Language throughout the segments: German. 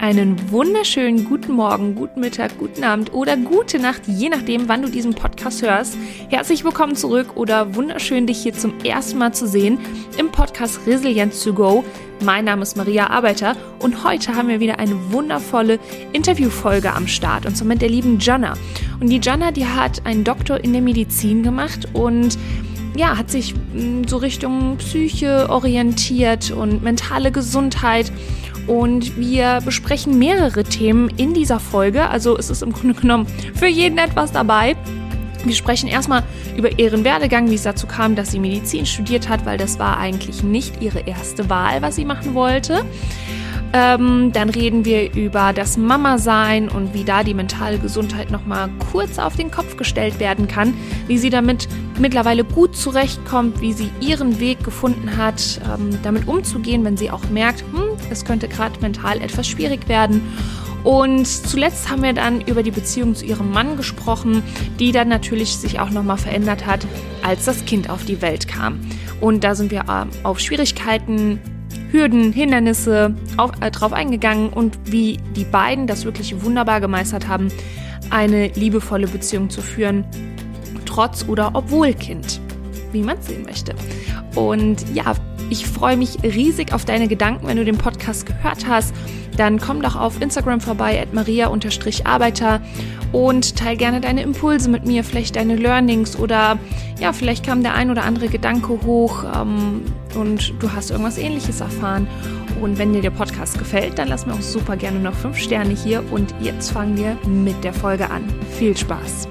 Einen wunderschönen guten Morgen, guten Mittag, guten Abend oder gute Nacht, je nachdem, wann du diesen Podcast hörst. Herzlich willkommen zurück oder wunderschön, dich hier zum ersten Mal zu sehen im Podcast Resilience to Go. Mein Name ist Maria Arbeiter und heute haben wir wieder eine wundervolle Interviewfolge am Start und zwar mit der lieben Jana. Und die Jana, die hat einen Doktor in der Medizin gemacht und ja, hat sich so Richtung Psyche orientiert und mentale Gesundheit. Und wir besprechen mehrere Themen in dieser Folge. Also es ist im Grunde genommen für jeden etwas dabei. Wir sprechen erstmal über ihren Werdegang, wie es dazu kam, dass sie Medizin studiert hat, weil das war eigentlich nicht ihre erste Wahl, was sie machen wollte. Dann reden wir über das Mama-Sein und wie da die mentale Gesundheit nochmal kurz auf den Kopf gestellt werden kann, wie sie damit mittlerweile gut zurechtkommt, wie sie ihren Weg gefunden hat, damit umzugehen, wenn sie auch merkt, es könnte gerade mental etwas schwierig werden. Und zuletzt haben wir dann über die Beziehung zu ihrem Mann gesprochen, die dann natürlich sich auch nochmal verändert hat, als das Kind auf die Welt kam. Und da sind wir auf Schwierigkeiten, Hürden, Hindernisse drauf eingegangen und wie die beiden das wirklich wunderbar gemeistert haben, eine liebevolle Beziehung zu führen, trotz oder obwohl Kind, wie man es sehen möchte. Und ja, ich freue mich riesig auf deine Gedanken, wenn du den Podcast gehört hast. Dann komm doch auf Instagram vorbei, @maria_arbeiter und teil gerne deine Impulse mit mir, vielleicht deine Learnings oder ja, vielleicht kam der ein oder andere Gedanke hoch und du hast irgendwas Ähnliches erfahren. Und wenn dir der Podcast gefällt, dann lass mir auch super gerne noch 5 Sterne hier und jetzt fangen wir mit der Folge an. Viel Spaß!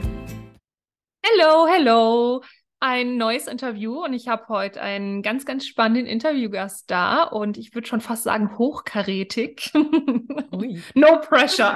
Hello! Ein neues Interview und ich habe heute einen ganz, ganz spannenden Interviewgast da und ich würde schon fast sagen hochkarätig. No pressure.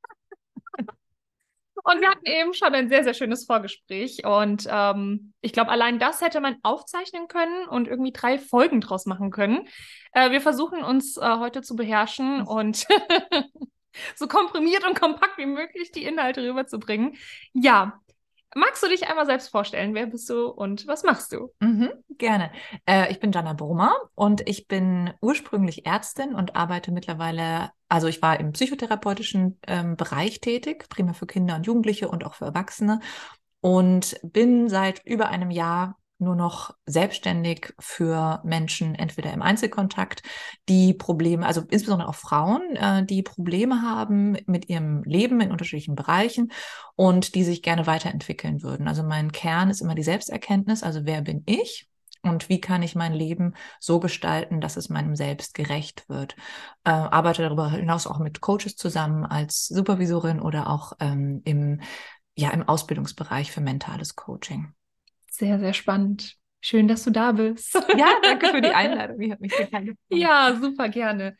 Und wir hatten eben schon ein sehr, sehr schönes Vorgespräch und ich glaube, allein das hätte man aufzeichnen können und irgendwie 3 Folgen draus machen können. Wir versuchen uns heute zu beherrschen und so komprimiert und kompakt wie möglich die Inhalte rüberzubringen. Ja. Magst du dich einmal selbst vorstellen? Wer bist du und was machst du? Gerne. Ich bin Jana Brummer und ich bin ursprünglich Ärztin und arbeite mittlerweile, also ich war im psychotherapeutischen Bereich tätig, primär für Kinder und Jugendliche und auch für Erwachsene und bin seit über einem Jahr nur noch selbstständig für Menschen, entweder im Einzelkontakt, die Probleme, also insbesondere auch Frauen, die Probleme haben mit ihrem Leben in unterschiedlichen Bereichen und die sich gerne weiterentwickeln würden. Also mein Kern ist immer die Selbsterkenntnis, also wer bin ich? Und wie kann ich mein Leben so gestalten, dass es meinem Selbst gerecht wird? Arbeite darüber hinaus auch mit Coaches zusammen als Supervisorin oder auch im Ausbildungsbereich für mentales Coaching. Sehr, sehr spannend. Schön, dass du da bist. Ja, danke für die Einladung. Ich habe mich total gefreut. Ja, super gerne.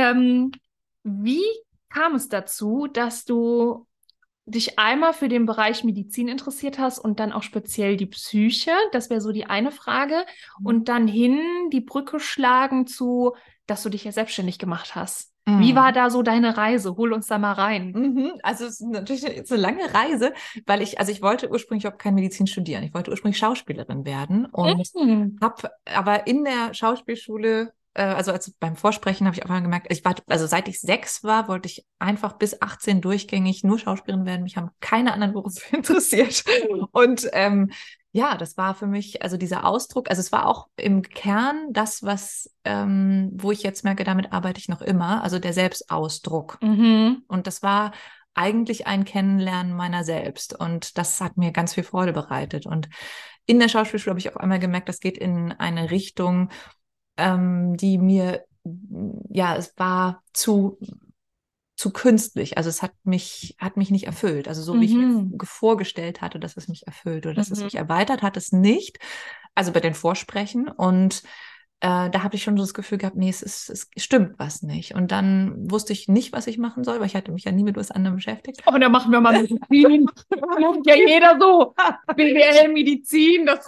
Wie kam es dazu, dass du dich einmal für den Bereich Medizin interessiert hast und dann auch speziell die Psyche? Das wäre so die eine Frage. Und dann die Brücke schlagen zu, dass du dich ja selbstständig gemacht hast. Wie war da so deine Reise? Hol uns da mal rein. Also es ist natürlich jetzt eine lange Reise, weil ich wollte ursprünglich auch keine Medizin studieren. Ich wollte ursprünglich Schauspielerin werden und habe aber in der Schauspielschule, beim Vorsprechen habe ich auch mal gemerkt, seit ich 6 war, wollte ich einfach bis 18 durchgängig nur Schauspielerin werden. Mich haben keine anderen Berufe interessiert. Und das war für mich, also dieser Ausdruck, also es war auch im Kern das, wo ich jetzt merke, damit arbeite ich noch immer, also der Selbstausdruck. Und das war eigentlich ein Kennenlernen meiner selbst und das hat mir ganz viel Freude bereitet. Und in der Schauspielschule habe ich auf einmal gemerkt, das geht in eine Richtung, die mir, es war zu künstlich. Also es hat mich nicht erfüllt. Also so wie ich mir vorgestellt hatte, dass es mich erfüllt oder dass es mich erweitert, hat es nicht. Also bei den Vorsprechen. Und da habe ich schon so das Gefühl gehabt, nee, es stimmt was nicht. Und dann wusste ich nicht, was ich machen soll, weil ich hatte mich ja nie mit was anderem beschäftigt. Oh, dann machen wir mal Medizin. Ja, jeder so. BWL, Medizin. Das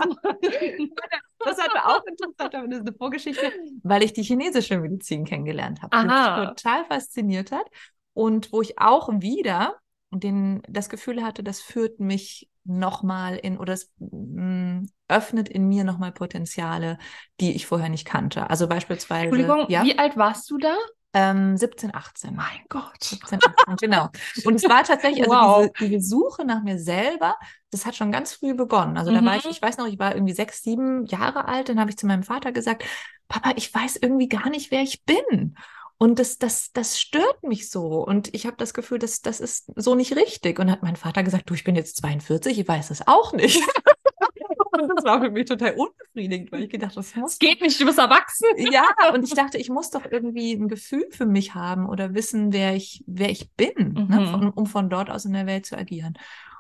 hatte auch interessant, aber das ist eine Vorgeschichte, weil ich die chinesische Medizin kennengelernt habe, die mich total fasziniert hat. Und wo ich auch wieder das Gefühl hatte, das führt mich nochmal es öffnet in mir nochmal Potenziale, die ich vorher nicht kannte. Also beispielsweise. Entschuldigung, ja? Wie alt warst du da? 17, 18. Mein Gott. 17, 18, genau. Und es war tatsächlich, also Wow. diese Suche nach mir selber, das hat schon ganz früh begonnen. Also da war ich weiß noch, ich war irgendwie 6, 7 Jahre alt, dann habe ich zu meinem Vater gesagt, Papa, ich weiß irgendwie gar nicht, wer ich bin. Und das stört mich so. Und ich habe das Gefühl, das ist so nicht richtig. Und hat mein Vater gesagt, du, ich bin jetzt 42, ich weiß es auch nicht. Und das war für mich total unbefriedigend, weil ich gedacht, das muss. Es geht nicht, du bist erwachsen. Ja, und ich dachte, ich muss doch irgendwie ein Gefühl für mich haben oder wissen, wer ich bin, ne, um von dort aus in der Welt zu agieren.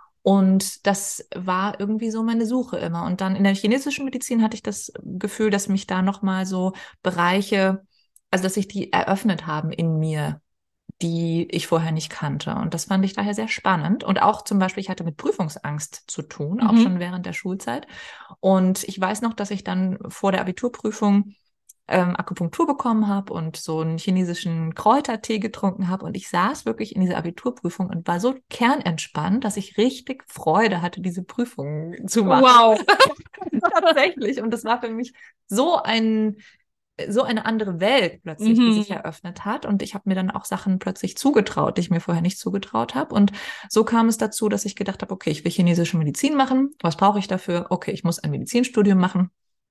Und das war irgendwie so meine Suche immer. Und dann in der chinesischen Medizin hatte ich das Gefühl, dass mich da nochmal so Bereiche, also dass sich die eröffnet haben in mir, die ich vorher nicht kannte. Und das fand ich daher sehr spannend. Und auch zum Beispiel, ich hatte mit Prüfungsangst zu tun, auch schon während der Schulzeit. Und ich weiß noch, dass ich dann vor der Abiturprüfung Akupunktur bekommen habe und so einen chinesischen Kräutertee getrunken habe. Und ich saß wirklich in dieser Abiturprüfung und war so kernentspannt, dass ich richtig Freude hatte, diese Prüfung zu machen. Wow. Tatsächlich. Und das war für mich so eine andere Welt plötzlich, die sich eröffnet hat. Und ich habe mir dann auch Sachen plötzlich zugetraut, die ich mir vorher nicht zugetraut habe. Und so kam es dazu, dass ich gedacht habe, okay, ich will chinesische Medizin machen. Was brauche ich dafür? Okay, ich muss ein Medizinstudium machen.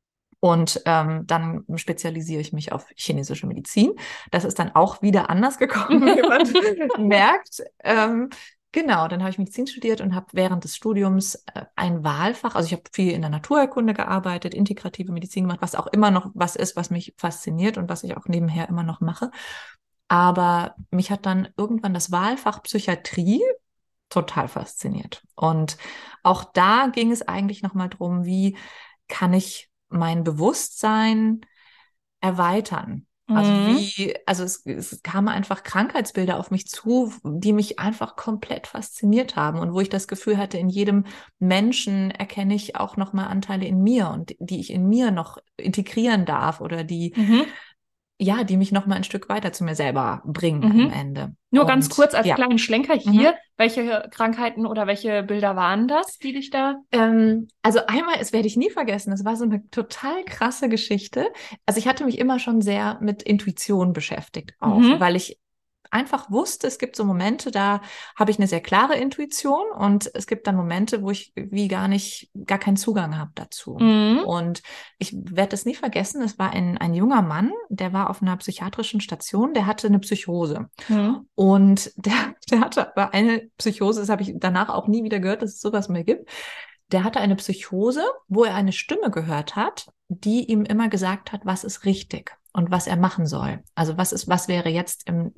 Und dann spezialisiere ich mich auf chinesische Medizin. Das ist dann auch wieder anders gekommen, wie man merkt. Genau, dann habe ich Medizin studiert und habe während des Studiums ein Wahlfach, also ich habe viel in der Naturheilkunde gearbeitet, integrative Medizin gemacht, was auch immer noch was ist, was mich fasziniert und was ich auch nebenher immer noch mache. Aber mich hat dann irgendwann das Wahlfach Psychiatrie total fasziniert. Und auch da ging es eigentlich nochmal drum, wie kann ich mein Bewusstsein erweitern. Also es kamen einfach Krankheitsbilder auf mich zu, die mich einfach komplett fasziniert haben und wo ich das Gefühl hatte, in jedem Menschen erkenne ich auch nochmal Anteile in mir und die ich in mir noch integrieren darf oder die mich nochmal ein Stück weiter zu mir selber bringen am Ende. Nur ganz kurz als kleinen Schlenker hier, Mhm. welche Krankheiten oder welche Bilder waren das, die dich da? Also einmal, das werde ich nie vergessen, das war so eine total krasse Geschichte. Also ich hatte mich immer schon sehr mit Intuition beschäftigt auch, weil ich einfach wusste, es gibt so Momente, da habe ich eine sehr klare Intuition und es gibt dann Momente, wo ich wie gar keinen Zugang habe dazu. Und ich werde das nie vergessen, es war ein junger Mann, der war auf einer psychiatrischen Station, der hatte eine Psychose. Und der hatte aber eine Psychose, das habe ich danach auch nie wieder gehört, dass es sowas mehr gibt. Der hatte eine Psychose, wo er eine Stimme gehört hat, die ihm immer gesagt hat, was ist richtig und was er machen soll. Also was wäre jetzt der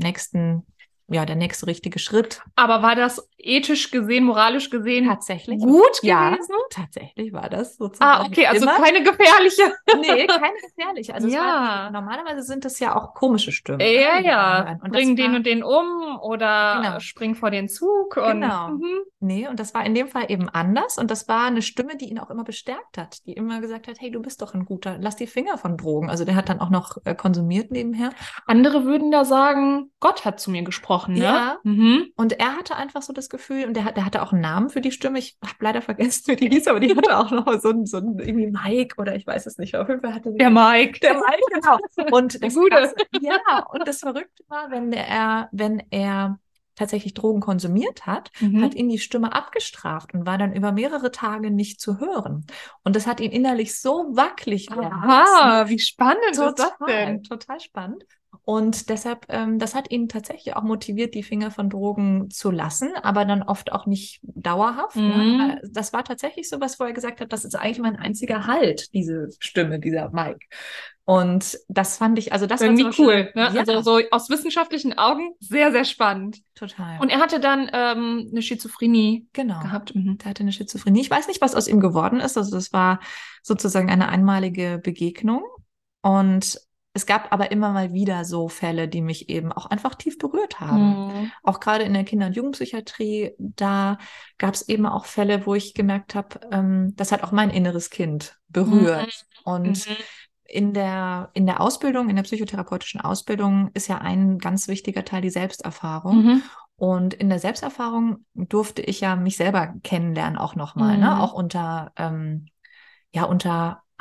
nächste richtige Schritt. Aber war das ethisch gesehen, moralisch gesehen tatsächlich gut gewesen? Ja, tatsächlich war das sozusagen. Okay, also immer. Keine gefährliche. Nee, keine gefährliche. Also normalerweise sind das ja auch komische Stimmen. Ja. Und bring den und den um oder spring vor den Zug. Genau. Nee, und das war in dem Fall eben anders. Und das war eine Stimme, die ihn auch immer bestärkt hat, die immer gesagt hat, hey, du bist doch ein guter, lass die Finger von Drogen. Also der hat dann auch noch konsumiert nebenher. Andere würden da sagen, Gott hat zu mir gesprochen, ne? Ja. Und er hatte einfach so das Gefühl, und der hatte auch einen Namen für die Stimme. Ich habe leider vergessen, wie die hieß, aber die hatte auch noch so ein irgendwie Mike oder ich weiß es nicht. Auf jeden Fall hatte sie der Mike, genau. Und das Gute. Und das Verrückte war, wenn er tatsächlich Drogen konsumiert hat, hat ihn die Stimme abgestraft und war dann über mehrere Tage nicht zu hören. Und das hat ihn innerlich so wackelig gemacht. Aha, wie spannend ist das denn? Total spannend. Und deshalb, das hat ihn tatsächlich auch motiviert, die Finger von Drogen zu lassen, aber dann oft auch nicht dauerhaft. Ne? Das war tatsächlich so, was vorher gesagt hat, das ist eigentlich mein einziger Halt, diese Stimme, dieser Mike. Und das fand ich, also das irgendwie war zum cool. Ne? Ja. Also so aus wissenschaftlichen Augen sehr, sehr spannend. Total. Und er hatte dann eine Schizophrenie gehabt. Er hatte eine Schizophrenie. Ich weiß nicht, was aus ihm geworden ist. Also das war sozusagen eine einmalige Begegnung. Und es gab aber immer mal wieder so Fälle, die mich eben auch einfach tief berührt haben. Auch gerade in der Kinder- und Jugendpsychiatrie, da gab es eben auch Fälle, wo ich gemerkt habe, das hat auch mein inneres Kind berührt. Und in der Ausbildung, in der psychotherapeutischen Ausbildung ist ja ein ganz wichtiger Teil die Selbsterfahrung. Und in der Selbsterfahrung durfte ich ja mich selber kennenlernen auch nochmal, ne? Auch unter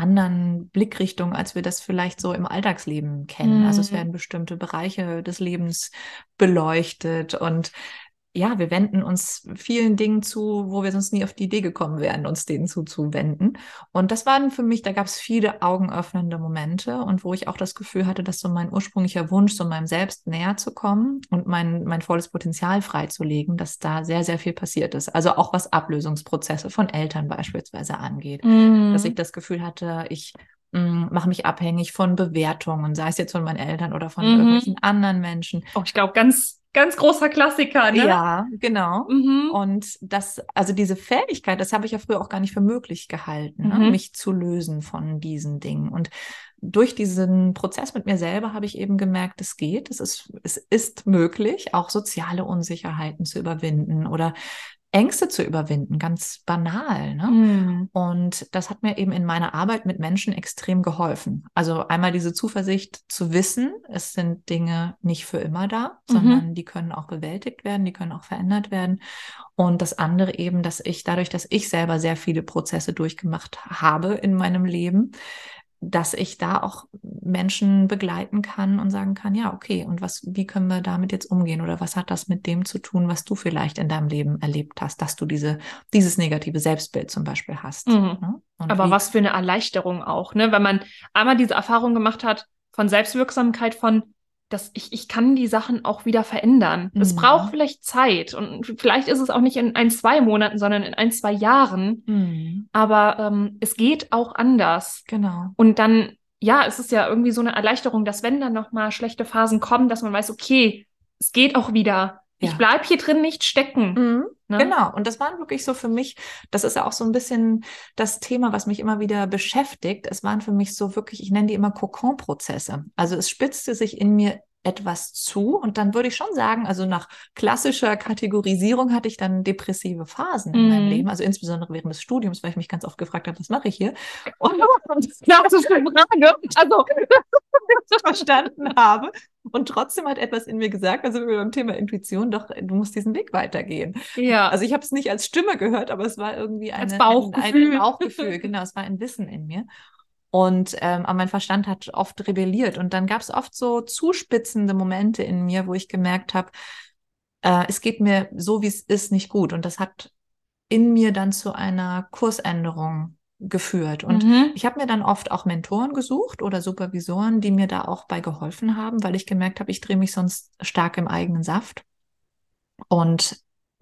anderen Blickrichtungen, als wir das vielleicht so im Alltagsleben kennen. Also es werden bestimmte Bereiche des Lebens beleuchtet und ja, wir wenden uns vielen Dingen zu, wo wir sonst nie auf die Idee gekommen wären, uns denen zuzuwenden. Und das waren für mich, da gab es viele augenöffnende Momente und wo ich auch das Gefühl hatte, dass so mein ursprünglicher Wunsch, so meinem Selbst näher zu kommen und mein volles Potenzial freizulegen, dass da sehr, sehr viel passiert ist. Also auch was Ablösungsprozesse von Eltern beispielsweise angeht. Dass ich das Gefühl hatte, ich mache mich abhängig von Bewertungen, sei es jetzt von meinen Eltern oder von irgendwelchen anderen Menschen. Oh, ich glaube, ganz, ganz großer Klassiker, ne? Ja, genau. Und das, also diese Fähigkeit, das habe ich ja früher auch gar nicht für möglich gehalten, ne? Mich zu lösen von diesen Dingen. Und durch diesen Prozess mit mir selber habe ich eben gemerkt, es geht, es ist möglich, auch soziale Unsicherheiten zu überwinden oder Ängste zu überwinden, ganz banal, ne? Und das hat mir eben in meiner Arbeit mit Menschen extrem geholfen. Also einmal diese Zuversicht zu wissen, es sind Dinge nicht für immer da, sondern die können auch bewältigt werden, die können auch verändert werden. Und das andere eben, dass ich dadurch, dass ich selber sehr viele Prozesse durchgemacht habe in meinem Leben, dass ich da auch Menschen begleiten kann und sagen kann, ja, okay, und wie können wir damit jetzt umgehen? Oder was hat das mit dem zu tun, was du vielleicht in deinem Leben erlebt hast, dass du dieses negative Selbstbild zum Beispiel hast? Ne? Aber was für eine Erleichterung auch, ne? Wenn man einmal diese Erfahrung gemacht hat von Selbstwirksamkeit, dass ich kann die Sachen auch wieder verändern. Es braucht vielleicht Zeit und vielleicht ist es auch nicht in 1, 2 Monaten, sondern in 1, 2 Jahren. Aber es geht auch anders. Genau. Und dann, ja, es ist ja irgendwie so eine Erleichterung, dass wenn dann nochmal schlechte Phasen kommen, dass man weiß, okay, es geht auch wieder. Ja. Ich bleib hier drin nicht stecken. Ne? Genau. Und das waren wirklich so für mich, das ist ja auch so ein bisschen das Thema, was mich immer wieder beschäftigt. Es waren für mich so wirklich, ich nenne die immer Kokon-Prozesse. Also es spitzte sich in mir etwas zu und dann würde ich schon sagen, also nach klassischer Kategorisierung hatte ich dann depressive Phasen in meinem Leben, also insbesondere während des Studiums, weil ich mich ganz oft gefragt habe, was mache ich hier? Und das ist eine Frage. Also verstanden habe. Und trotzdem hat etwas in mir gesagt, also beim Thema Intuition, doch, du musst diesen Weg weitergehen. Ja. Also ich habe es nicht als Stimme gehört, aber es war irgendwie als Bauchgefühl. ein Bauchgefühl, genau, es war ein Wissen in mir. Und aber mein Verstand hat oft rebelliert. Und dann gab es oft so zuspitzende Momente in mir, wo ich gemerkt habe, es geht mir so, wie es ist, nicht gut. Und das hat in mir dann zu einer Kursänderung geführt. Und ich habe mir dann oft auch Mentoren gesucht oder Supervisoren, die mir da auch bei geholfen haben, weil ich gemerkt habe, ich drehe mich sonst stark im eigenen Saft. Und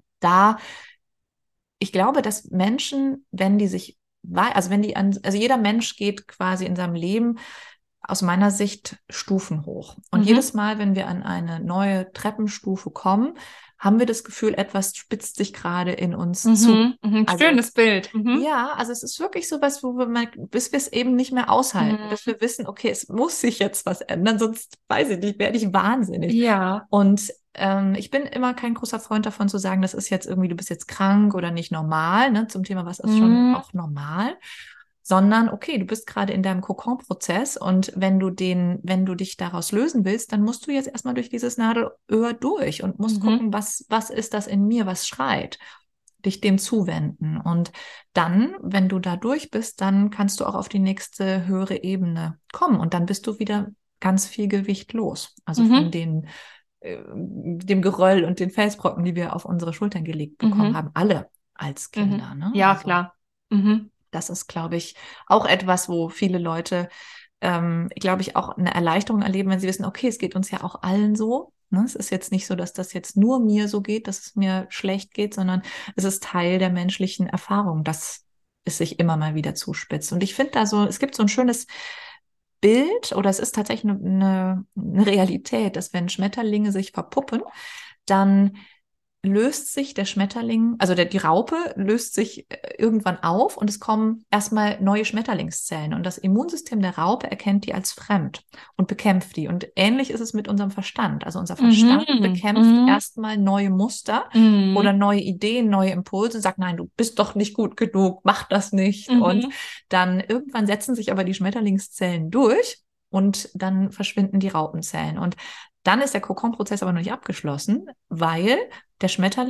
ich glaube, dass Menschen, wenn die sich, also jeder Mensch geht quasi in seinem Leben aus meiner Sicht Stufen hoch. Und jedes Mal, wenn wir an eine neue Treppenstufe kommen, haben wir das Gefühl, etwas spitzt sich gerade in uns zu. Also, schönes Bild. Ja, also es ist wirklich so was, bis wir es eben nicht mehr aushalten, bis wir wissen, okay, es muss sich jetzt was ändern, sonst weiß ich nicht, werde ich wahnsinnig. Ja. Und ich bin immer kein großer Freund davon zu sagen, das ist jetzt irgendwie, du bist jetzt krank oder nicht normal, ne, zum Thema, was ist schon auch normal, sondern okay, du bist gerade in deinem Kokon-Prozess und wenn du dich daraus lösen willst, dann musst du jetzt erstmal durch dieses Nadelöhr durch und musst gucken, was ist das in mir, was schreit, dich dem zuwenden. Und dann, wenn du da durch bist, dann kannst du auch auf die nächste höhere Ebene kommen und dann bist du wieder ganz viel Gewicht los. Also von dem Geröll und den Felsbrocken, die wir auf unsere Schultern gelegt bekommen haben, alle als Kinder. Ne? Ja, also, klar. Das ist, glaube ich, auch etwas, wo viele Leute, glaube ich, auch eine Erleichterung erleben, wenn sie wissen, okay, es geht uns ja auch allen so. Ne? Es ist jetzt nicht so, dass das jetzt nur mir so geht, dass es mir schlecht geht, sondern es ist Teil der menschlichen Erfahrung, dass es sich immer mal wieder zuspitzt. Und ich finde es gibt so ein schönes Bild oder es ist tatsächlich eine Realität, dass wenn Schmetterlinge sich verpuppen, dann löst sich der Schmetterling, also die Raupe löst sich irgendwann auf und es kommen erstmal neue Schmetterlingszellen und das Immunsystem der Raupe erkennt die als fremd und bekämpft die. Und ähnlich ist es mit unserem Verstand. Also unser Verstand bekämpft erstmal neue Muster oder neue Ideen, neue Impulse, sagt, nein, du bist doch nicht gut genug, mach das nicht. Und dann irgendwann setzen sich aber die Schmetterlingszellen durch und dann verschwinden die Raupenzellen. Und dann ist der Kokon-Prozess aber noch nicht abgeschlossen, weil der Schmetterling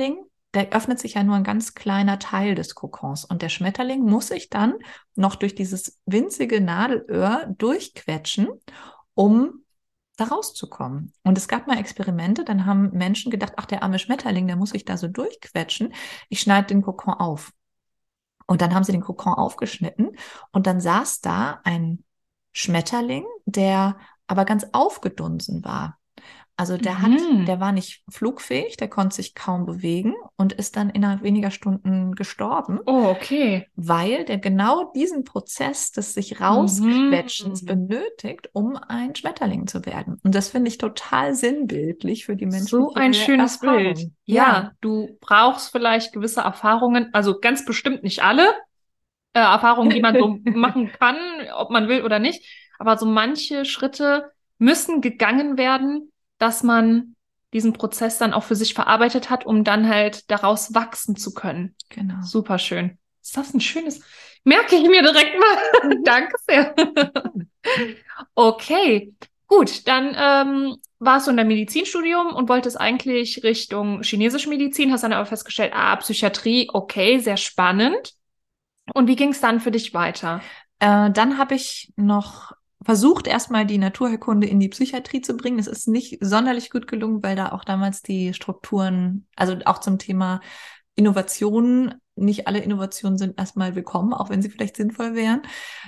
da öffnet sich ja nur ein ganz kleiner Teil des Kokons und der Schmetterling muss sich dann noch durch dieses winzige Nadelöhr durchquetschen, um da rauszukommen. Und es gab mal Experimente, dann haben Menschen gedacht, ach, der arme Schmetterling, der muss sich da so durchquetschen. Ich schneide den Kokon auf. Und dann haben sie den Kokon aufgeschnitten und dann saß da ein Schmetterling, der aber ganz aufgedunsen war. Also der war nicht flugfähig, der konnte sich kaum bewegen und ist dann innerhalb weniger Stunden gestorben. Oh, okay. Weil der genau diesen Prozess des sich rausquetschens benötigt, um ein Schmetterling zu werden. Und das finde ich total sinnbildlich für die menschliche So ein schönes Erfahrung. Bild. Ja, du brauchst vielleicht gewisse Erfahrungen, also ganz bestimmt nicht alle Erfahrungen, die man so machen kann, ob man will oder nicht. Aber so manche Schritte müssen gegangen werden, dass man diesen Prozess dann auch für sich verarbeitet hat, um dann halt daraus wachsen zu können. Genau. Super schön. Ist das ein schönes? Merke ich mir direkt mal. Danke sehr. Okay, gut. Dann warst du in der Medizinstudium und wolltest eigentlich Richtung chinesische Medizin, hast dann aber festgestellt, Psychiatrie, okay, sehr spannend. Und wie ging es dann für dich weiter? Dann habe ich noch versucht, erstmal die Naturheilkunde in die Psychiatrie zu bringen. Es ist nicht sonderlich gut gelungen, weil da auch damals die Strukturen, also auch zum Thema Innovationen, nicht alle Innovationen sind erstmal willkommen, auch wenn sie vielleicht sinnvoll wären.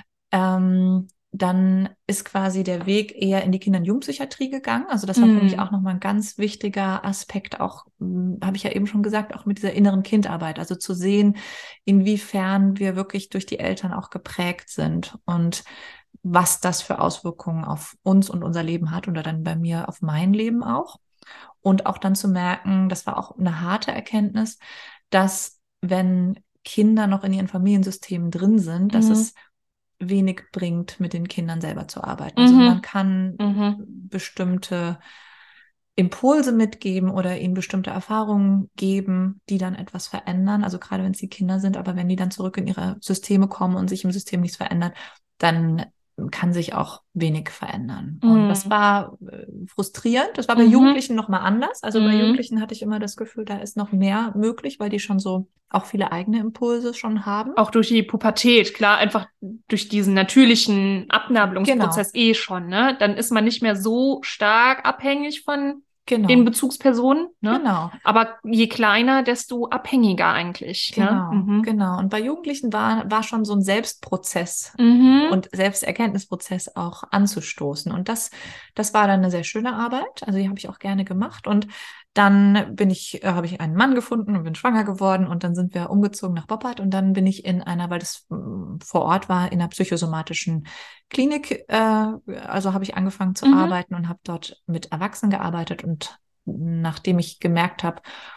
Dann ist quasi der Weg eher in die Kinder- und Jugendpsychiatrie gegangen. Also das war für mich auch nochmal ein ganz wichtiger Aspekt, auch, habe ich ja eben schon gesagt, auch mit dieser inneren Kindarbeit. Also zu sehen, inwiefern wir wirklich durch die Eltern auch geprägt sind und was das für Auswirkungen auf uns und unser Leben hat oder dann bei mir auf mein Leben auch. Und auch dann zu merken, das war auch eine harte Erkenntnis, dass wenn Kinder noch in ihren Familiensystemen drin sind, dass es wenig bringt, mit den Kindern selber zu arbeiten. Also man kann bestimmte Impulse mitgeben oder ihnen bestimmte Erfahrungen geben, die dann etwas verändern. Also gerade wenn es die Kinder sind, aber wenn die dann zurück in ihre Systeme kommen und sich im System nichts verändert, dann kann sich auch wenig verändern. Und das war frustrierend. Das war bei Jugendlichen nochmal anders. Also bei Jugendlichen hatte ich immer das Gefühl, da ist noch mehr möglich, weil die schon so auch viele eigene Impulse schon haben. Auch durch die Pubertät, klar, einfach durch diesen natürlichen Abnabelungsprozess schon, ne? Dann ist man nicht mehr so stark abhängig von den Bezugspersonen, ne? Genau. Aber je kleiner, desto abhängiger eigentlich. Genau, ne? Genau. Und bei Jugendlichen war schon so ein Selbstprozess und Selbsterkenntnisprozess auch anzustoßen. Und das war dann eine sehr schöne Arbeit. Also die habe ich auch gerne gemacht. Und dann habe ich einen Mann gefunden und bin schwanger geworden. Und dann sind wir umgezogen nach Boppard. Und dann bin ich in einer, weil das vor Ort war, in einer psychosomatischen Klinik. Also habe ich angefangen zu arbeiten und habe dort mit Erwachsenen gearbeitet. Und nachdem ich gemerkt habe,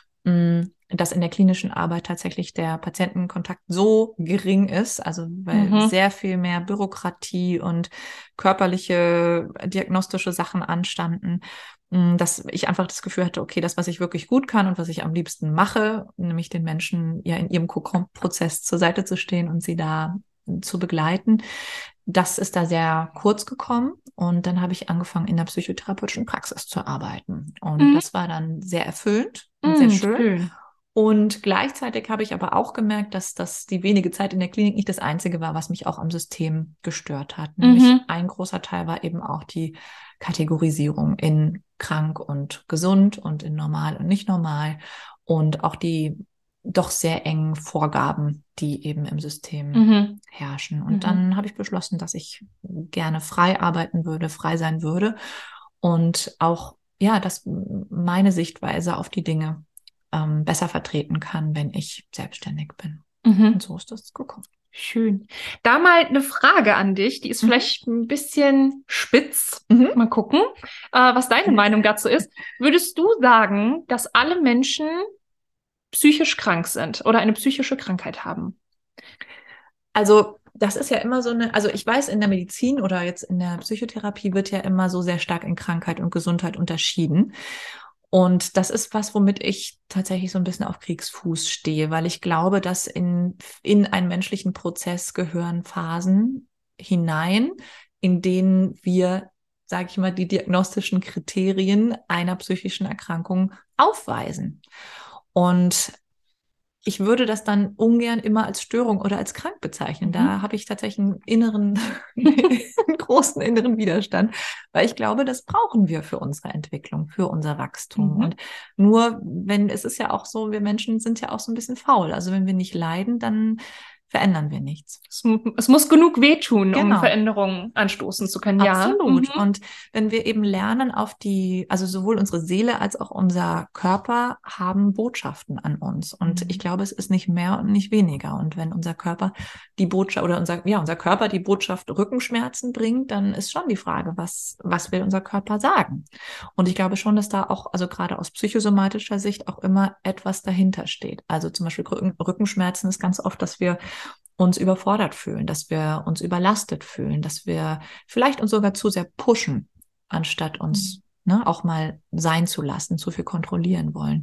dass in der klinischen Arbeit tatsächlich der Patientenkontakt so gering ist, also weil sehr viel mehr Bürokratie und körperliche, diagnostische Sachen anstanden, dass ich einfach das Gefühl hatte, okay, das, was ich wirklich gut kann und was ich am liebsten mache, nämlich den Menschen ja in ihrem Kokon-Prozess zur Seite zu stehen und sie da zu begleiten, das ist da sehr kurz gekommen. Und dann habe ich angefangen, in der psychotherapeutischen Praxis zu arbeiten. Und das war dann sehr erfüllend und sehr schön. Und gleichzeitig habe ich aber auch gemerkt, dass die wenige Zeit in der Klinik nicht das Einzige war, was mich auch am System gestört hat. Nämlich ein großer Teil war eben auch die Kategorisierung in krank und gesund und in normal und nicht normal. Und auch die doch sehr engen Vorgaben, die eben im System herrschen. Und dann habe ich beschlossen, dass ich gerne frei arbeiten würde, frei sein würde und auch, ja, dass meine Sichtweise auf die Dinge besser vertreten kann, wenn ich selbstständig bin. Und so ist das gekommen. Schön. Da mal eine Frage an dich, die ist vielleicht ein bisschen spitz. Mal gucken, was deine Meinung dazu ist. Würdest du sagen, dass alle Menschen psychisch krank sind oder eine psychische Krankheit haben? Also das ist ja immer so also ich weiß, in der Medizin oder jetzt in der Psychotherapie wird ja immer so sehr stark in Krankheit und Gesundheit unterschieden. Und das ist was, womit ich tatsächlich so ein bisschen auf Kriegsfuß stehe, weil ich glaube, dass in einen menschlichen Prozess gehören Phasen hinein, in denen wir, sage ich mal, die diagnostischen Kriterien einer psychischen Erkrankung aufweisen. Und ich würde das dann ungern immer als Störung oder als krank bezeichnen. Da habe ich tatsächlich einen großen inneren Widerstand, weil ich glaube, das brauchen wir für unsere Entwicklung, für unser Wachstum. Und nur es ist ja auch so, wir Menschen sind ja auch so ein bisschen faul. Also wenn wir nicht leiden, dann verändern wir nichts. Es muss genug wehtun, Genau. um Veränderungen anstoßen zu können. Absolut. Ja. Und wenn wir eben lernen also sowohl unsere Seele als auch unser Körper haben Botschaften an uns. Und ich glaube, es ist nicht mehr und nicht weniger. Und wenn unser Körper die Botschaft oder unser Körper die Botschaft Rückenschmerzen bringt, dann ist schon die Frage, was will unser Körper sagen? Und ich glaube schon, dass da auch, also gerade aus psychosomatischer Sicht auch immer etwas dahinter steht. Also zum Beispiel Rückenschmerzen ist ganz oft, dass wir uns überfordert fühlen, dass wir uns überlastet fühlen, dass wir vielleicht uns sogar zu sehr pushen, anstatt uns auch mal sein zu lassen, zu viel kontrollieren wollen.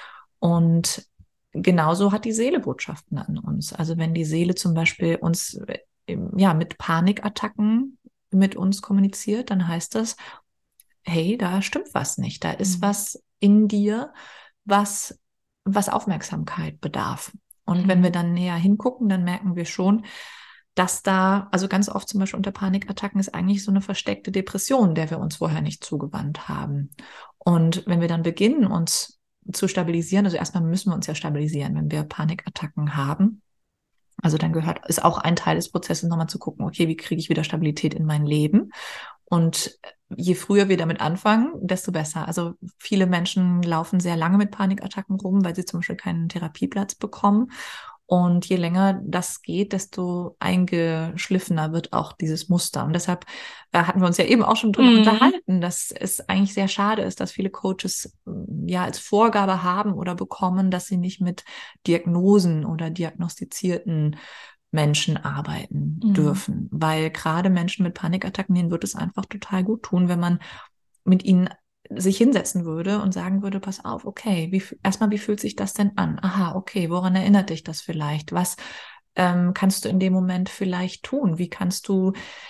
Und genauso hat die Seele Botschaften an uns. Also wenn die Seele zum Beispiel uns mit Panikattacken mit uns kommuniziert, dann heißt das, hey, da stimmt was nicht, da ist was in dir, was Aufmerksamkeit bedarf. Und wenn wir dann näher hingucken, dann merken wir schon, dass da, also ganz oft zum Beispiel unter Panikattacken ist eigentlich so eine versteckte Depression, der wir uns vorher nicht zugewandt haben. Und wenn wir dann beginnen, uns zu stabilisieren, also erstmal müssen wir uns ja stabilisieren, wenn wir Panikattacken haben. Also dann ist auch ein Teil des Prozesses nochmal zu gucken, okay, wie kriege ich wieder Stabilität in mein Leben? Und je früher wir damit anfangen, desto besser. Also viele Menschen laufen sehr lange mit Panikattacken rum, weil sie zum Beispiel keinen Therapieplatz bekommen. Und je länger das geht, desto eingeschliffener wird auch dieses Muster. Und deshalb hatten wir uns ja eben auch schon drüber unterhalten, dass es eigentlich sehr schade ist, dass viele Coaches als Vorgabe haben oder bekommen, dass sie nicht mit Diagnosen oder diagnostizierten Menschen arbeiten dürfen. Weil gerade Menschen mit Panikattacken, denen wird es einfach total gut tun, wenn man mit ihnen sich hinsetzen würde und sagen würde, pass auf, okay, wie fühlt sich das denn an? Aha, okay, woran erinnert dich das vielleicht? Was kannst du in dem Moment vielleicht tun? Wie kannst du,